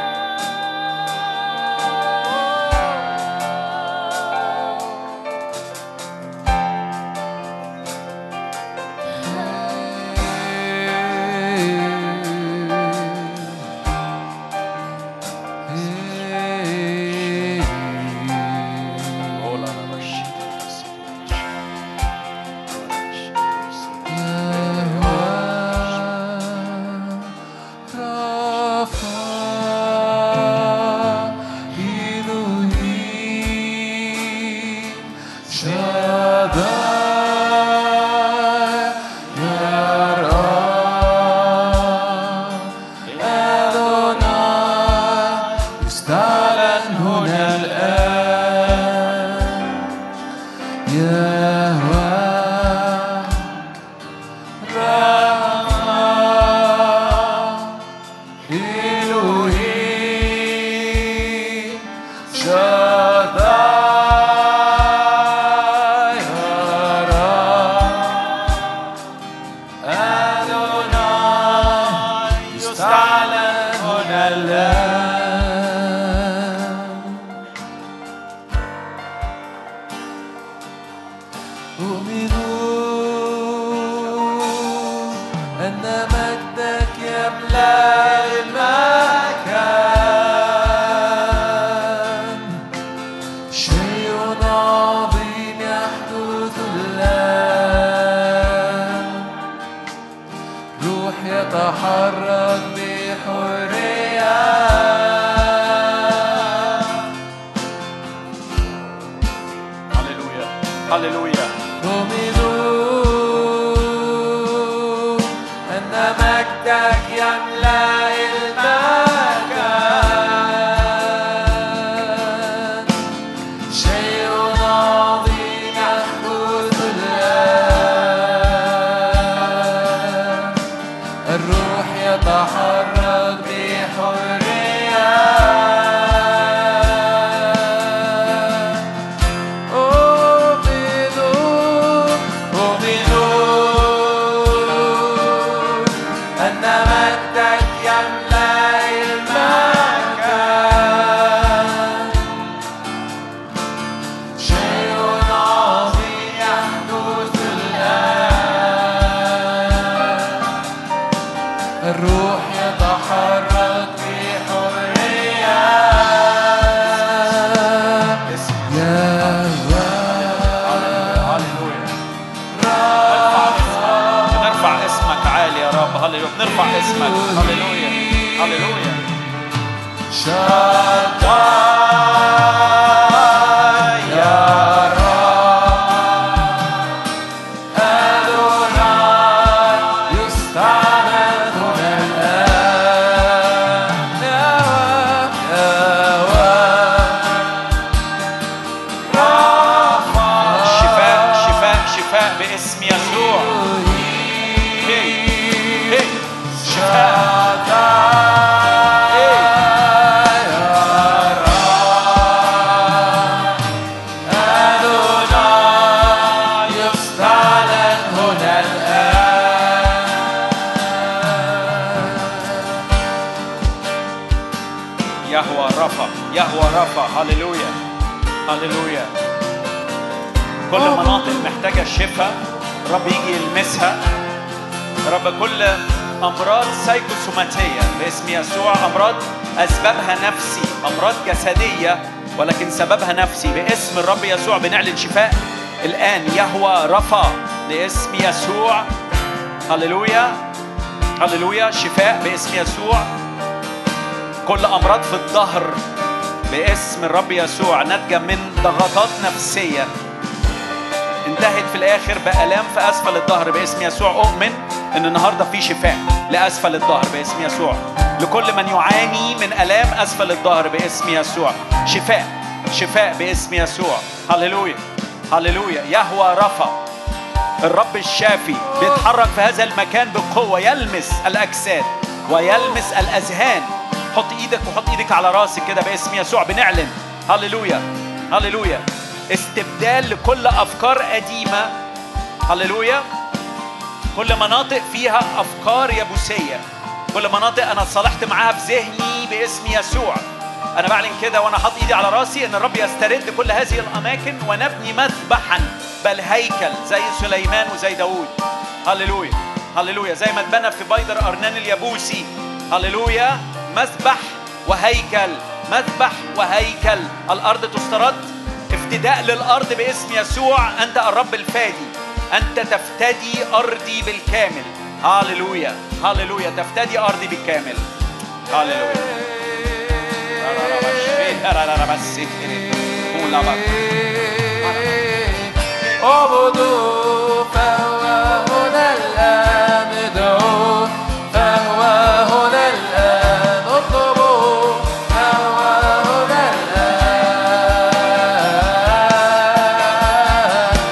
ولكن سببها نفسي. باسم الرب يسوع بنعلن شفاء الآن. يهوى رفا باسم يسوع. هللويا هللويا. شفاء باسم يسوع. كل أمراض في الظهر باسم الرب يسوع ناتجة من ضغطات نفسية انتهت في الآخر بآلام في أسفل الظهر باسم يسوع. أؤمن إن النهاردة في شفاء لأسفل الظهر باسم يسوع. لكل من يعاني من آلام أسفل الظهر باسم يسوع شفاء شفاء باسم يسوع. هللويا هللويا. يهوى رفا الرب الشافي بيتحرك في هذا المكان بقوة، يلمس الأجساد ويلمس الأذهان. حط إيدك وحط إيدك على راسك كده باسم يسوع. بنعلن هللويا هللويا استبدال لكل أفكار قديمة. هللويا. كل مناطق فيها أفكار يبوسية، كل مناطق أنا صالحت معاها في ذهني باسم يسوع. أنا بعلن كده وأنا حاط إيدي على راسي إن الرب يسترد كل هذه الأماكن ونبني مذبحا بل هيكل زي سليمان وزي داود. هللويا هللويا. زي ما اتبنى في بيدر أرنان اليبوسي. هللويا. مذبح وهيكل مذبح وهيكل. الأرض تسترد. افتداء للأرض باسم يسوع. أنت الرب الفادي. أنت تفتدي أرضي بالكامل. هاللويا هاللويا. تفتدي أرضي بالكامل. هاللويا. اعبدوا فهو هنا الآن. ادعوا فهو هنا الآن. اطلبوا فهو هنا الآن.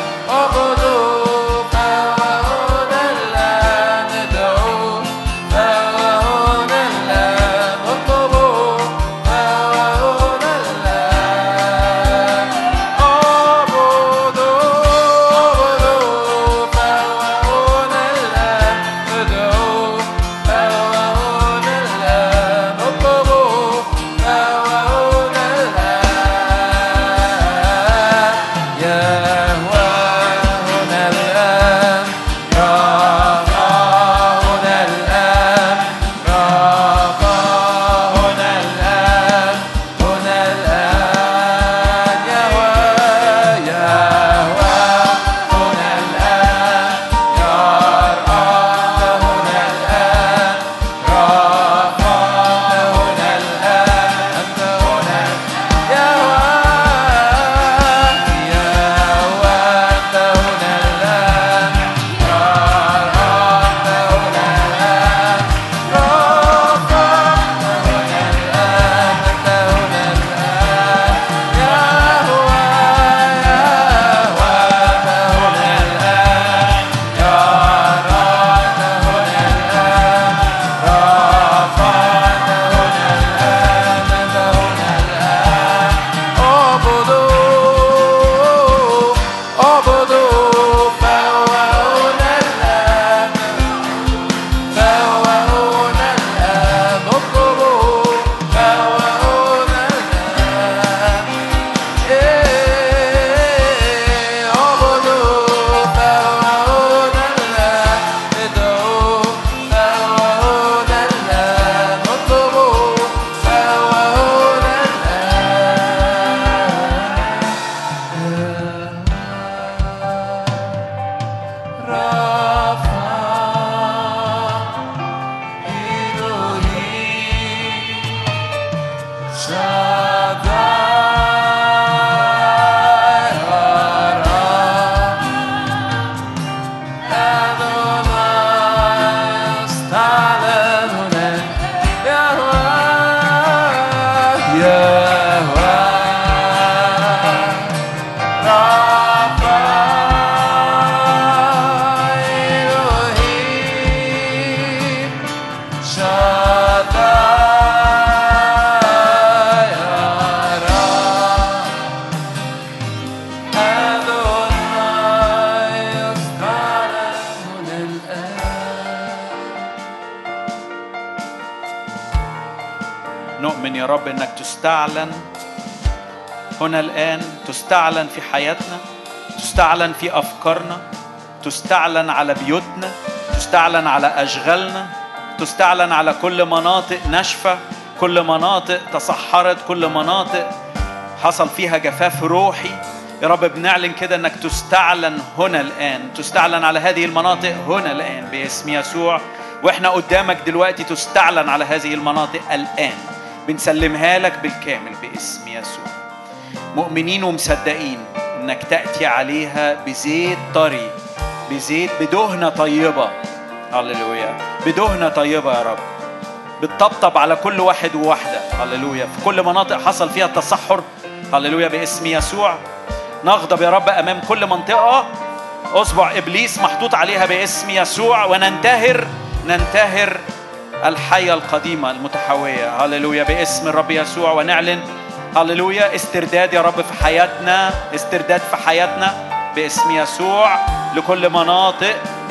نؤمن يا رب إنك تستعلن هنا الآن، تستعلن في حياتنا، تستعلن في أفكارنا، تستعلن على بيوتنا، تستعلن على أشغالنا، تستعلن على كل مناطق ناشفة، كل مناطق تصحرت، كل مناطق حصل فيها جفاف روحي. يا رب بنعلن كده إنك تستعلن هنا الآن، تستعلن على هذه المناطق هنا الآن باسم يسوع. وإحنا قدامك دلوقتي تستعلن على هذه المناطق الآن، بنسلمها لك بالكامل باسم يسوع، مؤمنين ومصدقين إنك تأتي عليها بزيت طري، بزيت بدهنة طيبة. هللويا، بدهنة طيبة يا رب، بتطبطب على كل واحد وواحدة. هللويا، في كل مناطق حصل فيها التصحر. هللويا باسم يسوع. نغضب يا رب أمام كل منطقة أصبع إبليس محطوط عليها باسم يسوع، وننتهر الحية القديمة المتحوية. هللويا باسم الرب يسوع. ونعلن هللويا استرداد يا رب في حياتنا، استرداد في حياتنا باسم يسوع لكل مناطق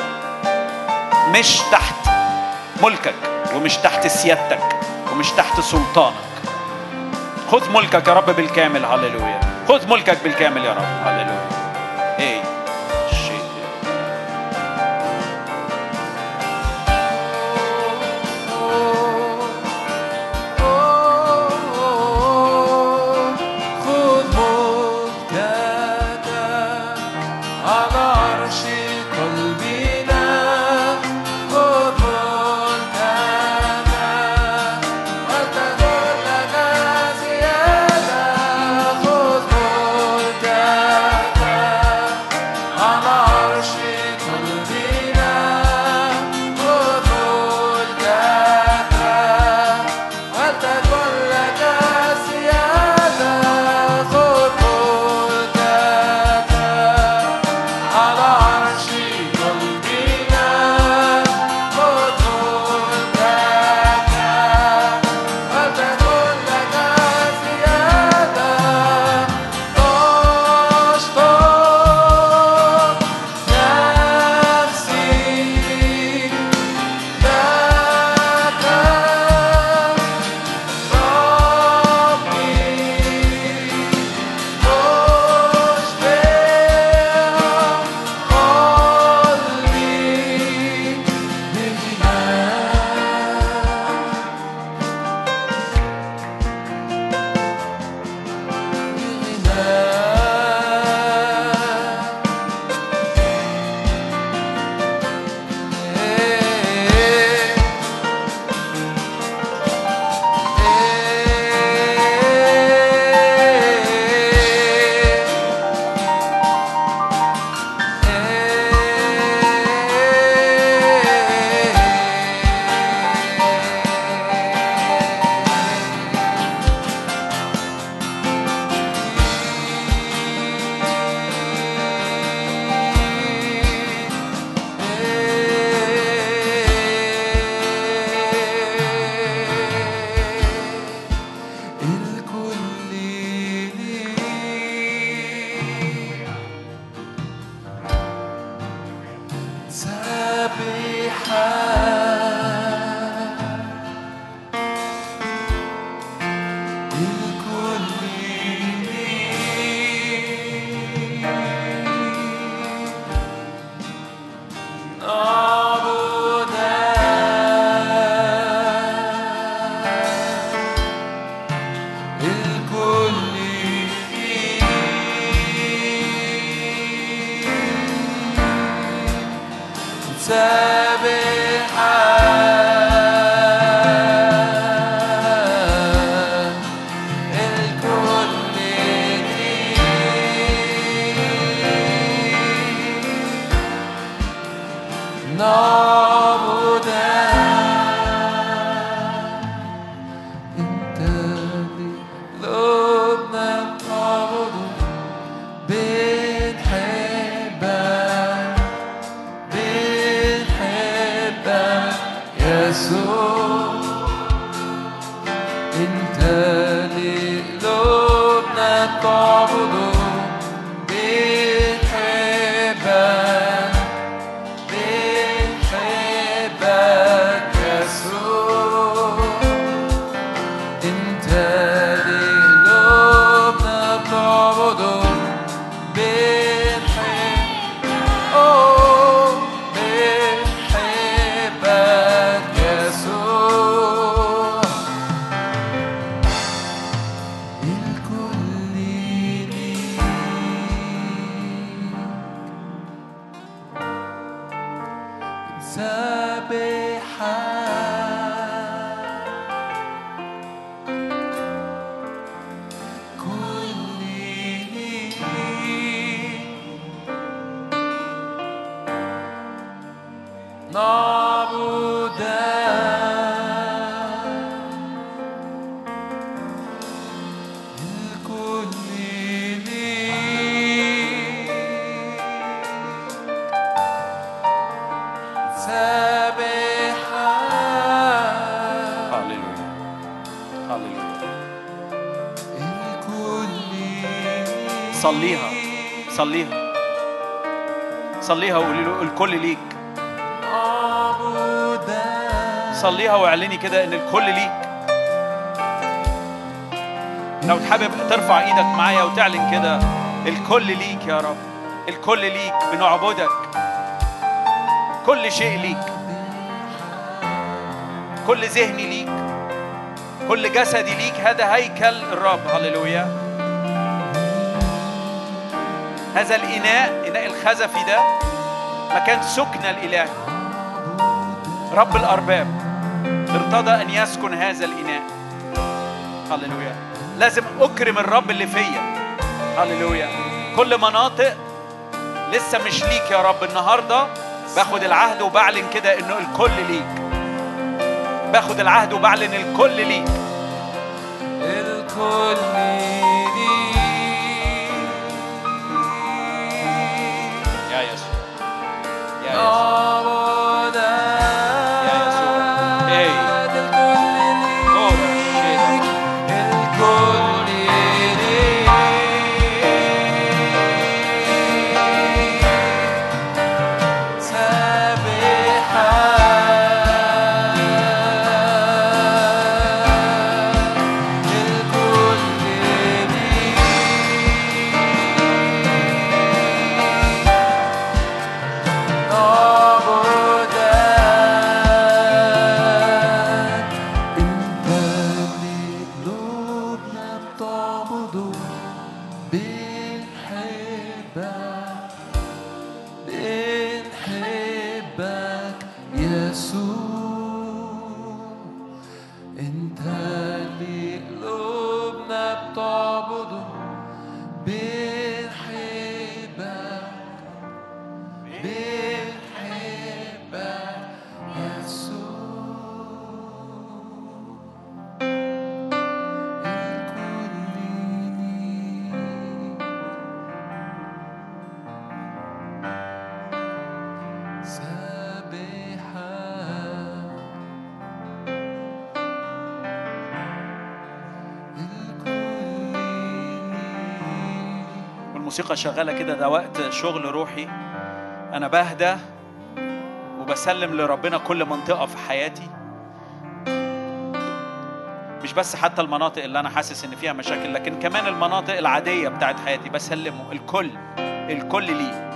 مش تحت ملكك ومش تحت سيادتك ومش تحت سلطانك. خذ ملكك يا رب بالكامل. هللويا، خذ ملكك بالكامل يا رب. هللويا. ايه انت صليها صليها صليها وقولي له الكل ليك. صليها واعلني كده ان الكل ليك. لو تحابب ترفع ايدك معايا وتعلن كده الكل ليك يا رب، الكل ليك، بنعبدك، كل شيء ليك، كل ذهني ليك، كل جسدي ليك. هذا هيكل الرب. هللويا. هذا الإناء، إناء الخزفي ده مكان سكن الإله. رب الأرباب ارتضى أن يسكن هذا الإناء. هللويا. لازم أكرم الرب اللي فيا. هللويا. كل مناطق لسه مش ليك يا رب، النهاردة باخد العهد وبعلن كده إنه الكل ليك. باخد العهد وبعلن الكل ليك. الكل ليك يا يسوع، يا يسوع، يا يسوع. ايه الموسيقى شغالة كده، ده وقت شغل روحي. أنا بهدى وبسلم لربنا كل منطقة في حياتي، مش بس حتى المناطق اللي أنا حاسس إن فيها مشاكل، لكن كمان المناطق العادية بتاعت حياتي بسلمه. الكل ليه.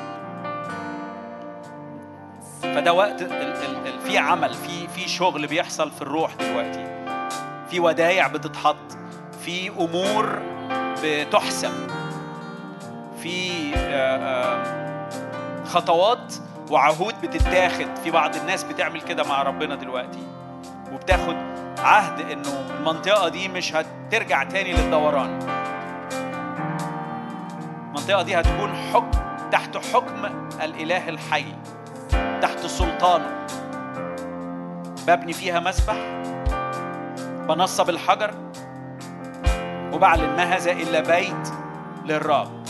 فده وقت في عمل، في شغل بيحصل في الروح دلوقتي، في ودايع بتتحط، في أمور بتحسم، في خطوات وعهود بتتاخد. في بعض الناس بتعمل كده مع ربنا دلوقتي، وبتاخد عهد إنه المنطقة دي مش هترجع تاني للدوران. المنطقة دي هتكون تحت حكم الإله الحي، تحت سلطانه. ببني فيها مسبح، بنصب الحجر، وبعلن ما هذا إلا بيت للرب،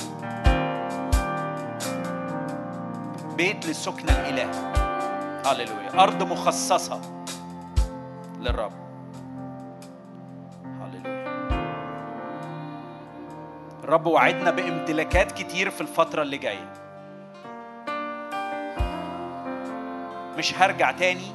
بيت للسكن الإله. هللويا. أرض مخصصة للرب. هللويا. الرب وعدنا بامتلاكات كتير في الفترة اللي جاية. مش هرجع تاني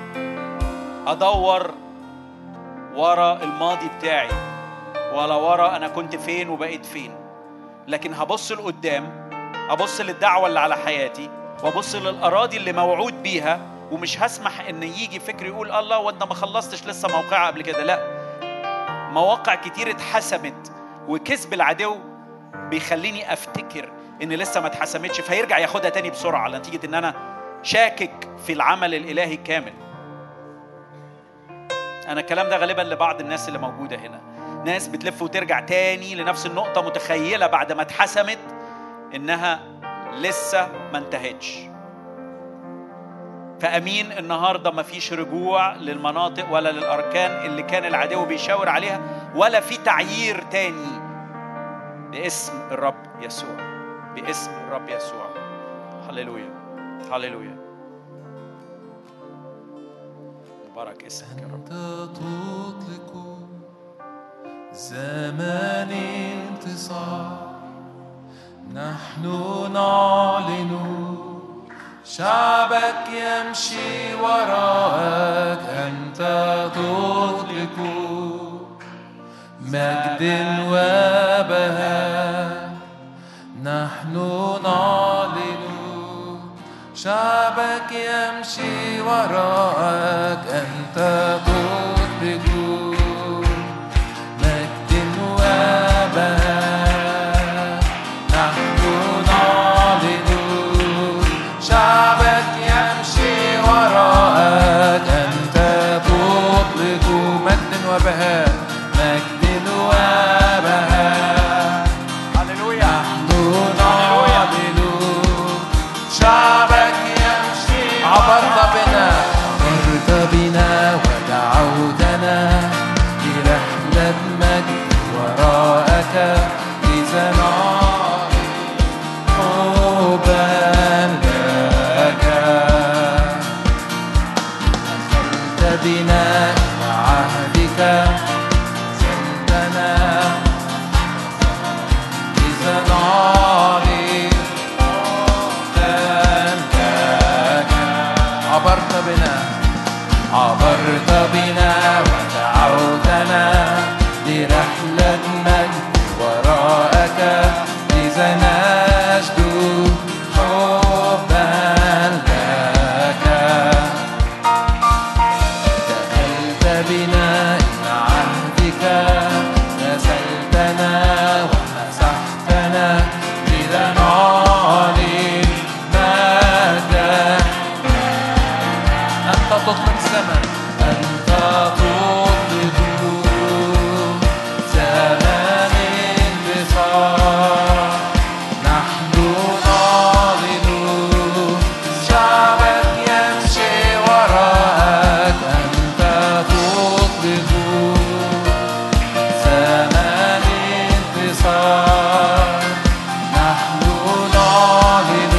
أدور ورا الماضي بتاعي، ولا ورا أنا كنت فين وبقيت فين، لكن هبص لقدام، أبص للدعوة اللي على حياتي، وأبص للأراضي اللي موعود بيها. ومش هسمح إن يجي فكر يقول الله وأنت ما خلصتش لسه موقعها قبل كده. لا، مواقع كتير اتحسمت، وكسب العدو بيخليني أفتكر إن لسه ما اتحسمتش، فيرجع ياخدها تاني بسرعة نتيجة إن أنا شاكك في العمل الإلهي كامل. أنا الكلام ده غالبا لبعض الناس اللي موجودة هنا، ناس بتلف وترجع تاني لنفس النقطة، متخيلة بعد ما اتحسمت إنها لسه ما انتهتش. فأمين النهاردة ما فيش رجوع للمناطق ولا للأركان اللي كان العدو بيشاور عليها، ولا في تعيير تاني، باسم الرب يسوع، باسم الرب يسوع. هللويا هللويا، مبارك اسمك يا رب. أنت تطلق زمان انتصار، نحن نعلن شعبك يمشي وراءك. أنت تطلق مجد وبهاء، نحن نعلن شعبك يمشي وراءك. أنت تطلق مجد وبهاء، نحن نعلن شعبك يمشي وراءك. أنت تطلق مجد وبهاء، مجد وبهاء، هللويا. نحن نعلن شعبك يمشي. عبرت بنا ودعوتنا لرحلة مجد وراءك، إذا نعلن حبا لك. دخلت بنا إلى عهدك، زلتنا إذا نعلن حبا لك. عبرت بنا ودعوتنا لرحلة مجد وراءك، إذا نجد حبا لك. دخلت بنا إلى عهدك، غسلتنا ومسحتنا، إذا نعلن مجدك. أنت تطلق الزمن، أنت تطلق زمان انتصار، نحن نعلن شعبك يمشي وراءك. أنت تطلق زمان انتصار، نحن نعلن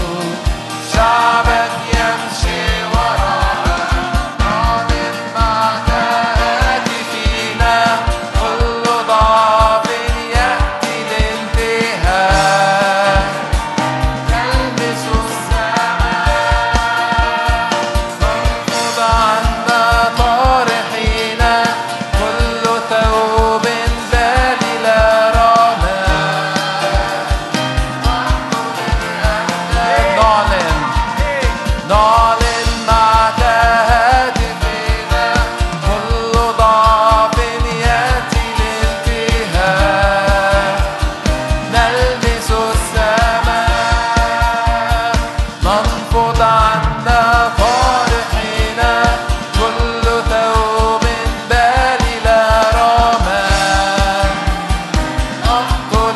شعبك يمشي وراءك. نعلن معك هاتفينا، كل ضعف يأتي لانتهاء، نلمس السماء، ننفض عنا طارحين كل ثوب بالي لا رماد. نعلن معك هاتفنا، كل ضعف يأتي لانتهاء، نلمس السماء، ننفض عنا فرحين كل ثوب بالي لا رماد، نقتل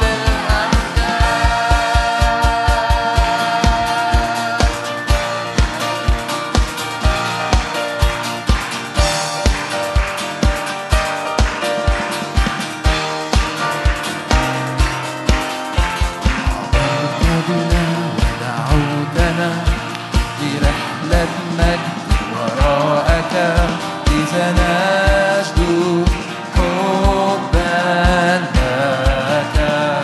بنا ودعوتنا لرحلة مجد وراءك، إذا نجد حبا لك.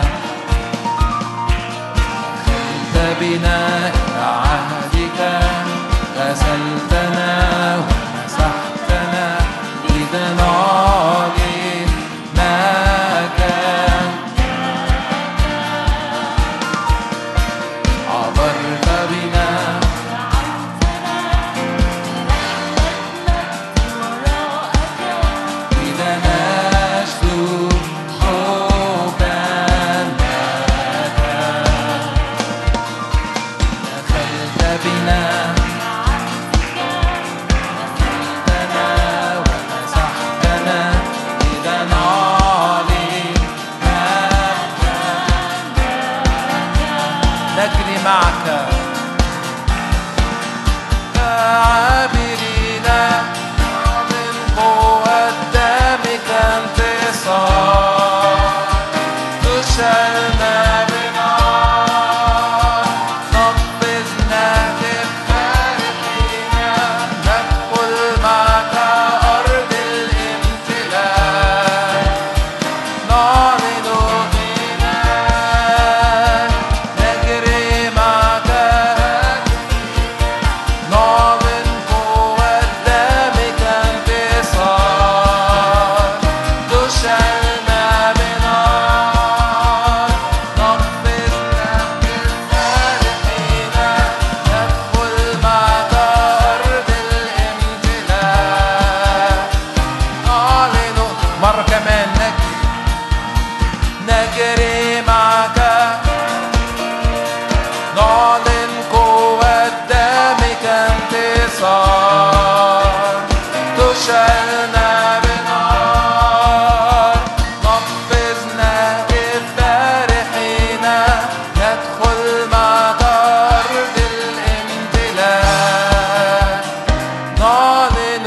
دخلت بنا إلى عهدك، غسلتنا ومسحتنا، إذا نعلن مجدك. عبرت بنا إذا نجد حبا لك. نجري معك عابرين من قوة دمك انتصار تشعلنا بنار نقفزنا للفارقين ندخل معك أرض الامتلاك نعلن غناك نجري معك نعلن قوة دمك انتصار تشعلنا بنار نقفزنا للفارقين ندخل معك أرض الامتلاك نعلن مرة كمان نجري معك نعلن قوة دمك انتصار تشعلنا بنار نقفزنا للفارحين ندخل معك أرض الامتلاك نعلن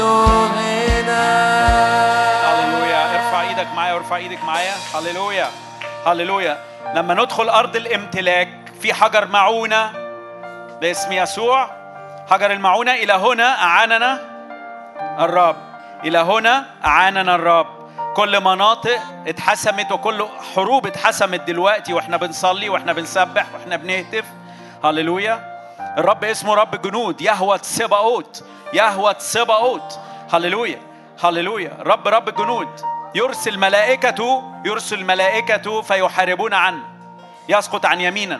هللويا. غناك ارفع ايدك معايا وارفع ايدك معايا. هللويا هللويا. لما ندخل ارض الامتلاك في حجر معونة باسم يسوع. حجر المعونة الى هنا اعاننا الرب، الى هنا اعاننا الرب. كل مناطق اتحسمت وكل حروب اتحسمت دلوقتي واحنا بنصلي واحنا بنسبح واحنا بنهتف. هللويا. الرب اسمه رب جنود، يهوه سباوت، يهوه سباوت. هللويا هللويا. رب جنود يرسل ملائكته فيحاربون عنا. يسقط عن يميننا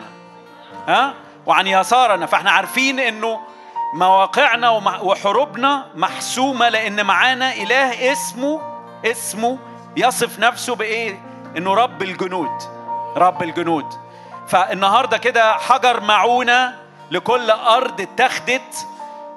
وعن يسارنا. فاحنا عارفين انه مواقعنا وحروبنا محسومة، لان معانا اله اسمه يصف نفسه بايه؟ انه رب الجنود، رب الجنود. فالنهاردة كده حجر معونة لكل ارض اتخذت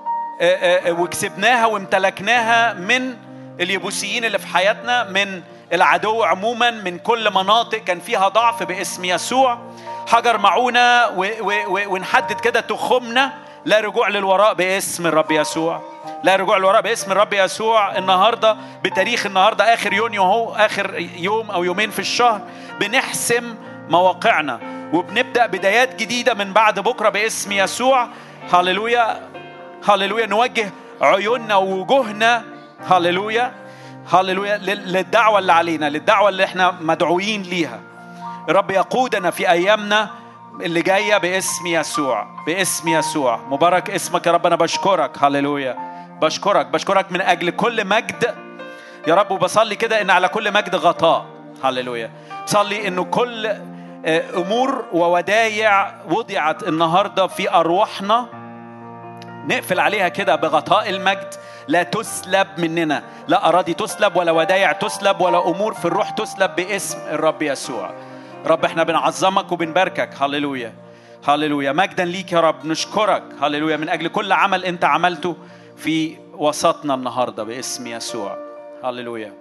وكسبناها وامتلكناها من اليبوسيين اللي في حياتنا، من العدو عموما، من كل مناطق كان فيها ضعف باسم يسوع. حجر معونة ونحدد كده تخمنا، لا رجوع للوراء باسم الرب يسوع، لا رجوع للوراء باسم الرب يسوع. النهاردة بتاريخ النهاردة آخر يونيو اهو، آخر يوم أو يومين في الشهر بنحسم مواقعنا وبنبدأ بدايات جديدة من بعد بكرة باسم يسوع. هللويا هللويا. نوجه عيوننا ووجوهنا هللويا هللويا للدعوة اللي علينا، للدعوة اللي احنا مدعوين ليها. الرب يقودنا في أيامنا اللي جاية باسم يسوع، باسم يسوع. مبارك اسمك يا رب. أنا بشكرك هللويا، بشكرك من أجل كل مجد يا رب. وبصلي كده إن على كل مجد غطاء هللويا. بصلي إنه كل أمور وودايع وضعت النهاردة في أرواحنا نقفل عليها كده بغطاء المجد، لا تسلب مننا، لا أراضي تسلب ولا ودايع تسلب ولا أمور في الروح تسلب باسم الرب يسوع. رب احنا بنعظمك وبنباركك هللويا هللويا. مجدا ليك يا رب. نشكرك هللويا من أجل كل عمل أنت عملته في وسطنا النهاردة باسم يسوع. هللويا.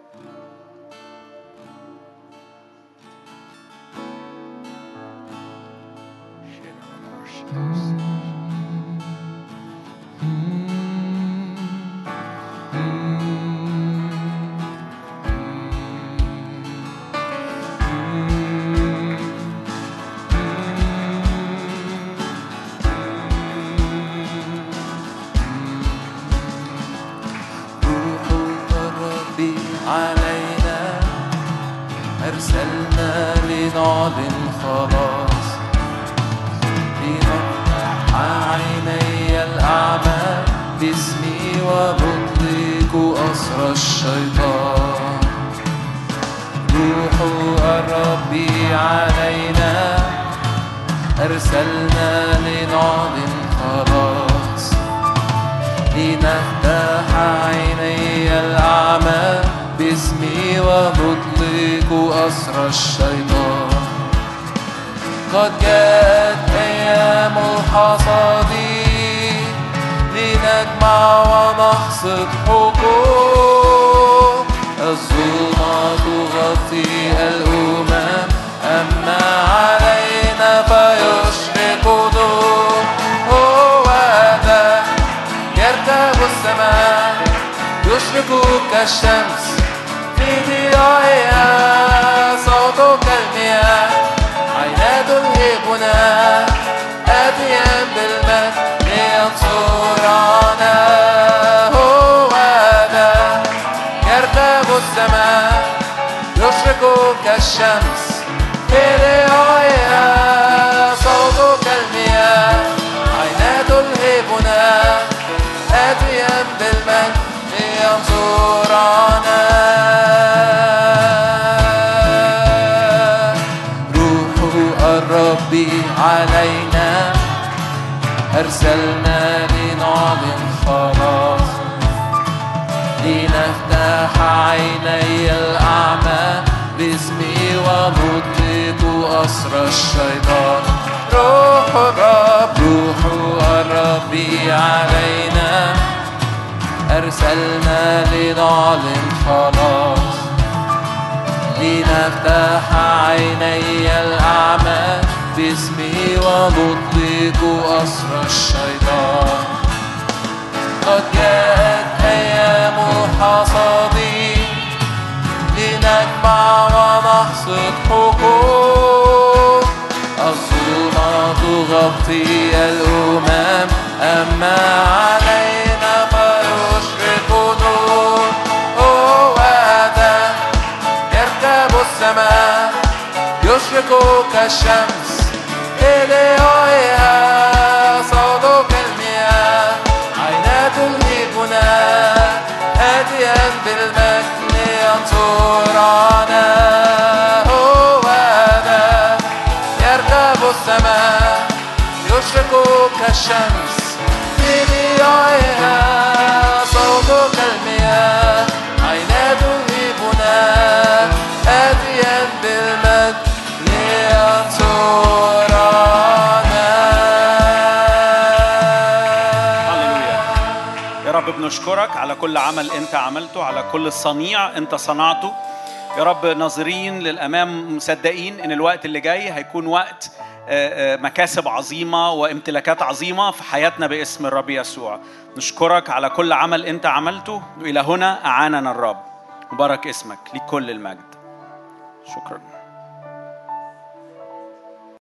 علينا أرسلنا لنعلن خلاص، لنفتح عيني الأعمى باسمي ونطلق أسر الشيطان. روح الرب علينا أرسلنا لنعلن خلاص، لنفتح عيني الأعمى باسمي ونطلق أسر الشيطان. قد جاءت أيام الحصاد لنجمع ونحصد حقوق. الظلمة تغطي الأمم أما علينا فيشرق يشرق كالشمس في ضيائها، صوت كالمياه عينا تلهبنا، آتيا بالمجد لينصرنا. هو ذا يرتب السماء يشرق كالشمس في ضيائها، صوت كالمياه عينا تلهبنا، آتيا بالمجد لينصرنا. روح الرب علينا، أرسلنا لنعلن خلاص، لنفتح عيني الأعمى باسمي ونطلق أسر الشيطان. روح الرب علينا، أرسلنا لنعلن خلاص، لنفتح عيني الأعمى باسمي ونطلق أسر الشيطان. قد جاءت أيام حصادي، لنجمع ونحصد حقوق. الظلمة تغطي الأمم، أما علينا فيشرق نور. هو ذا يركب السماء يشرق كالشمس في ضيائها، صوت كالمياه عينا تلهبنا، آتيا بالمجد لينصرنا. هو ذا يركب السماء يشرق كالشمس في ضيائها، صوت كالمياه عينا تلهبنا، آتيا بالمجد لينصرنا. هللويا. يا رب بنشكرك على كل عمل أنت عملته، على كل صنيع أنت صنعته. يا رب ناظرين للأمام، مصدقين إن الوقت اللي جاي هيكون وقت مكاسب عظيمة وامتلاكات عظيمة في حياتنا باسم الرب يسوع. نشكرك على كل عمل أنت عملته، وإلى هنا أعاننا الرب. مبارك اسمك، لكل المجد. شكرا.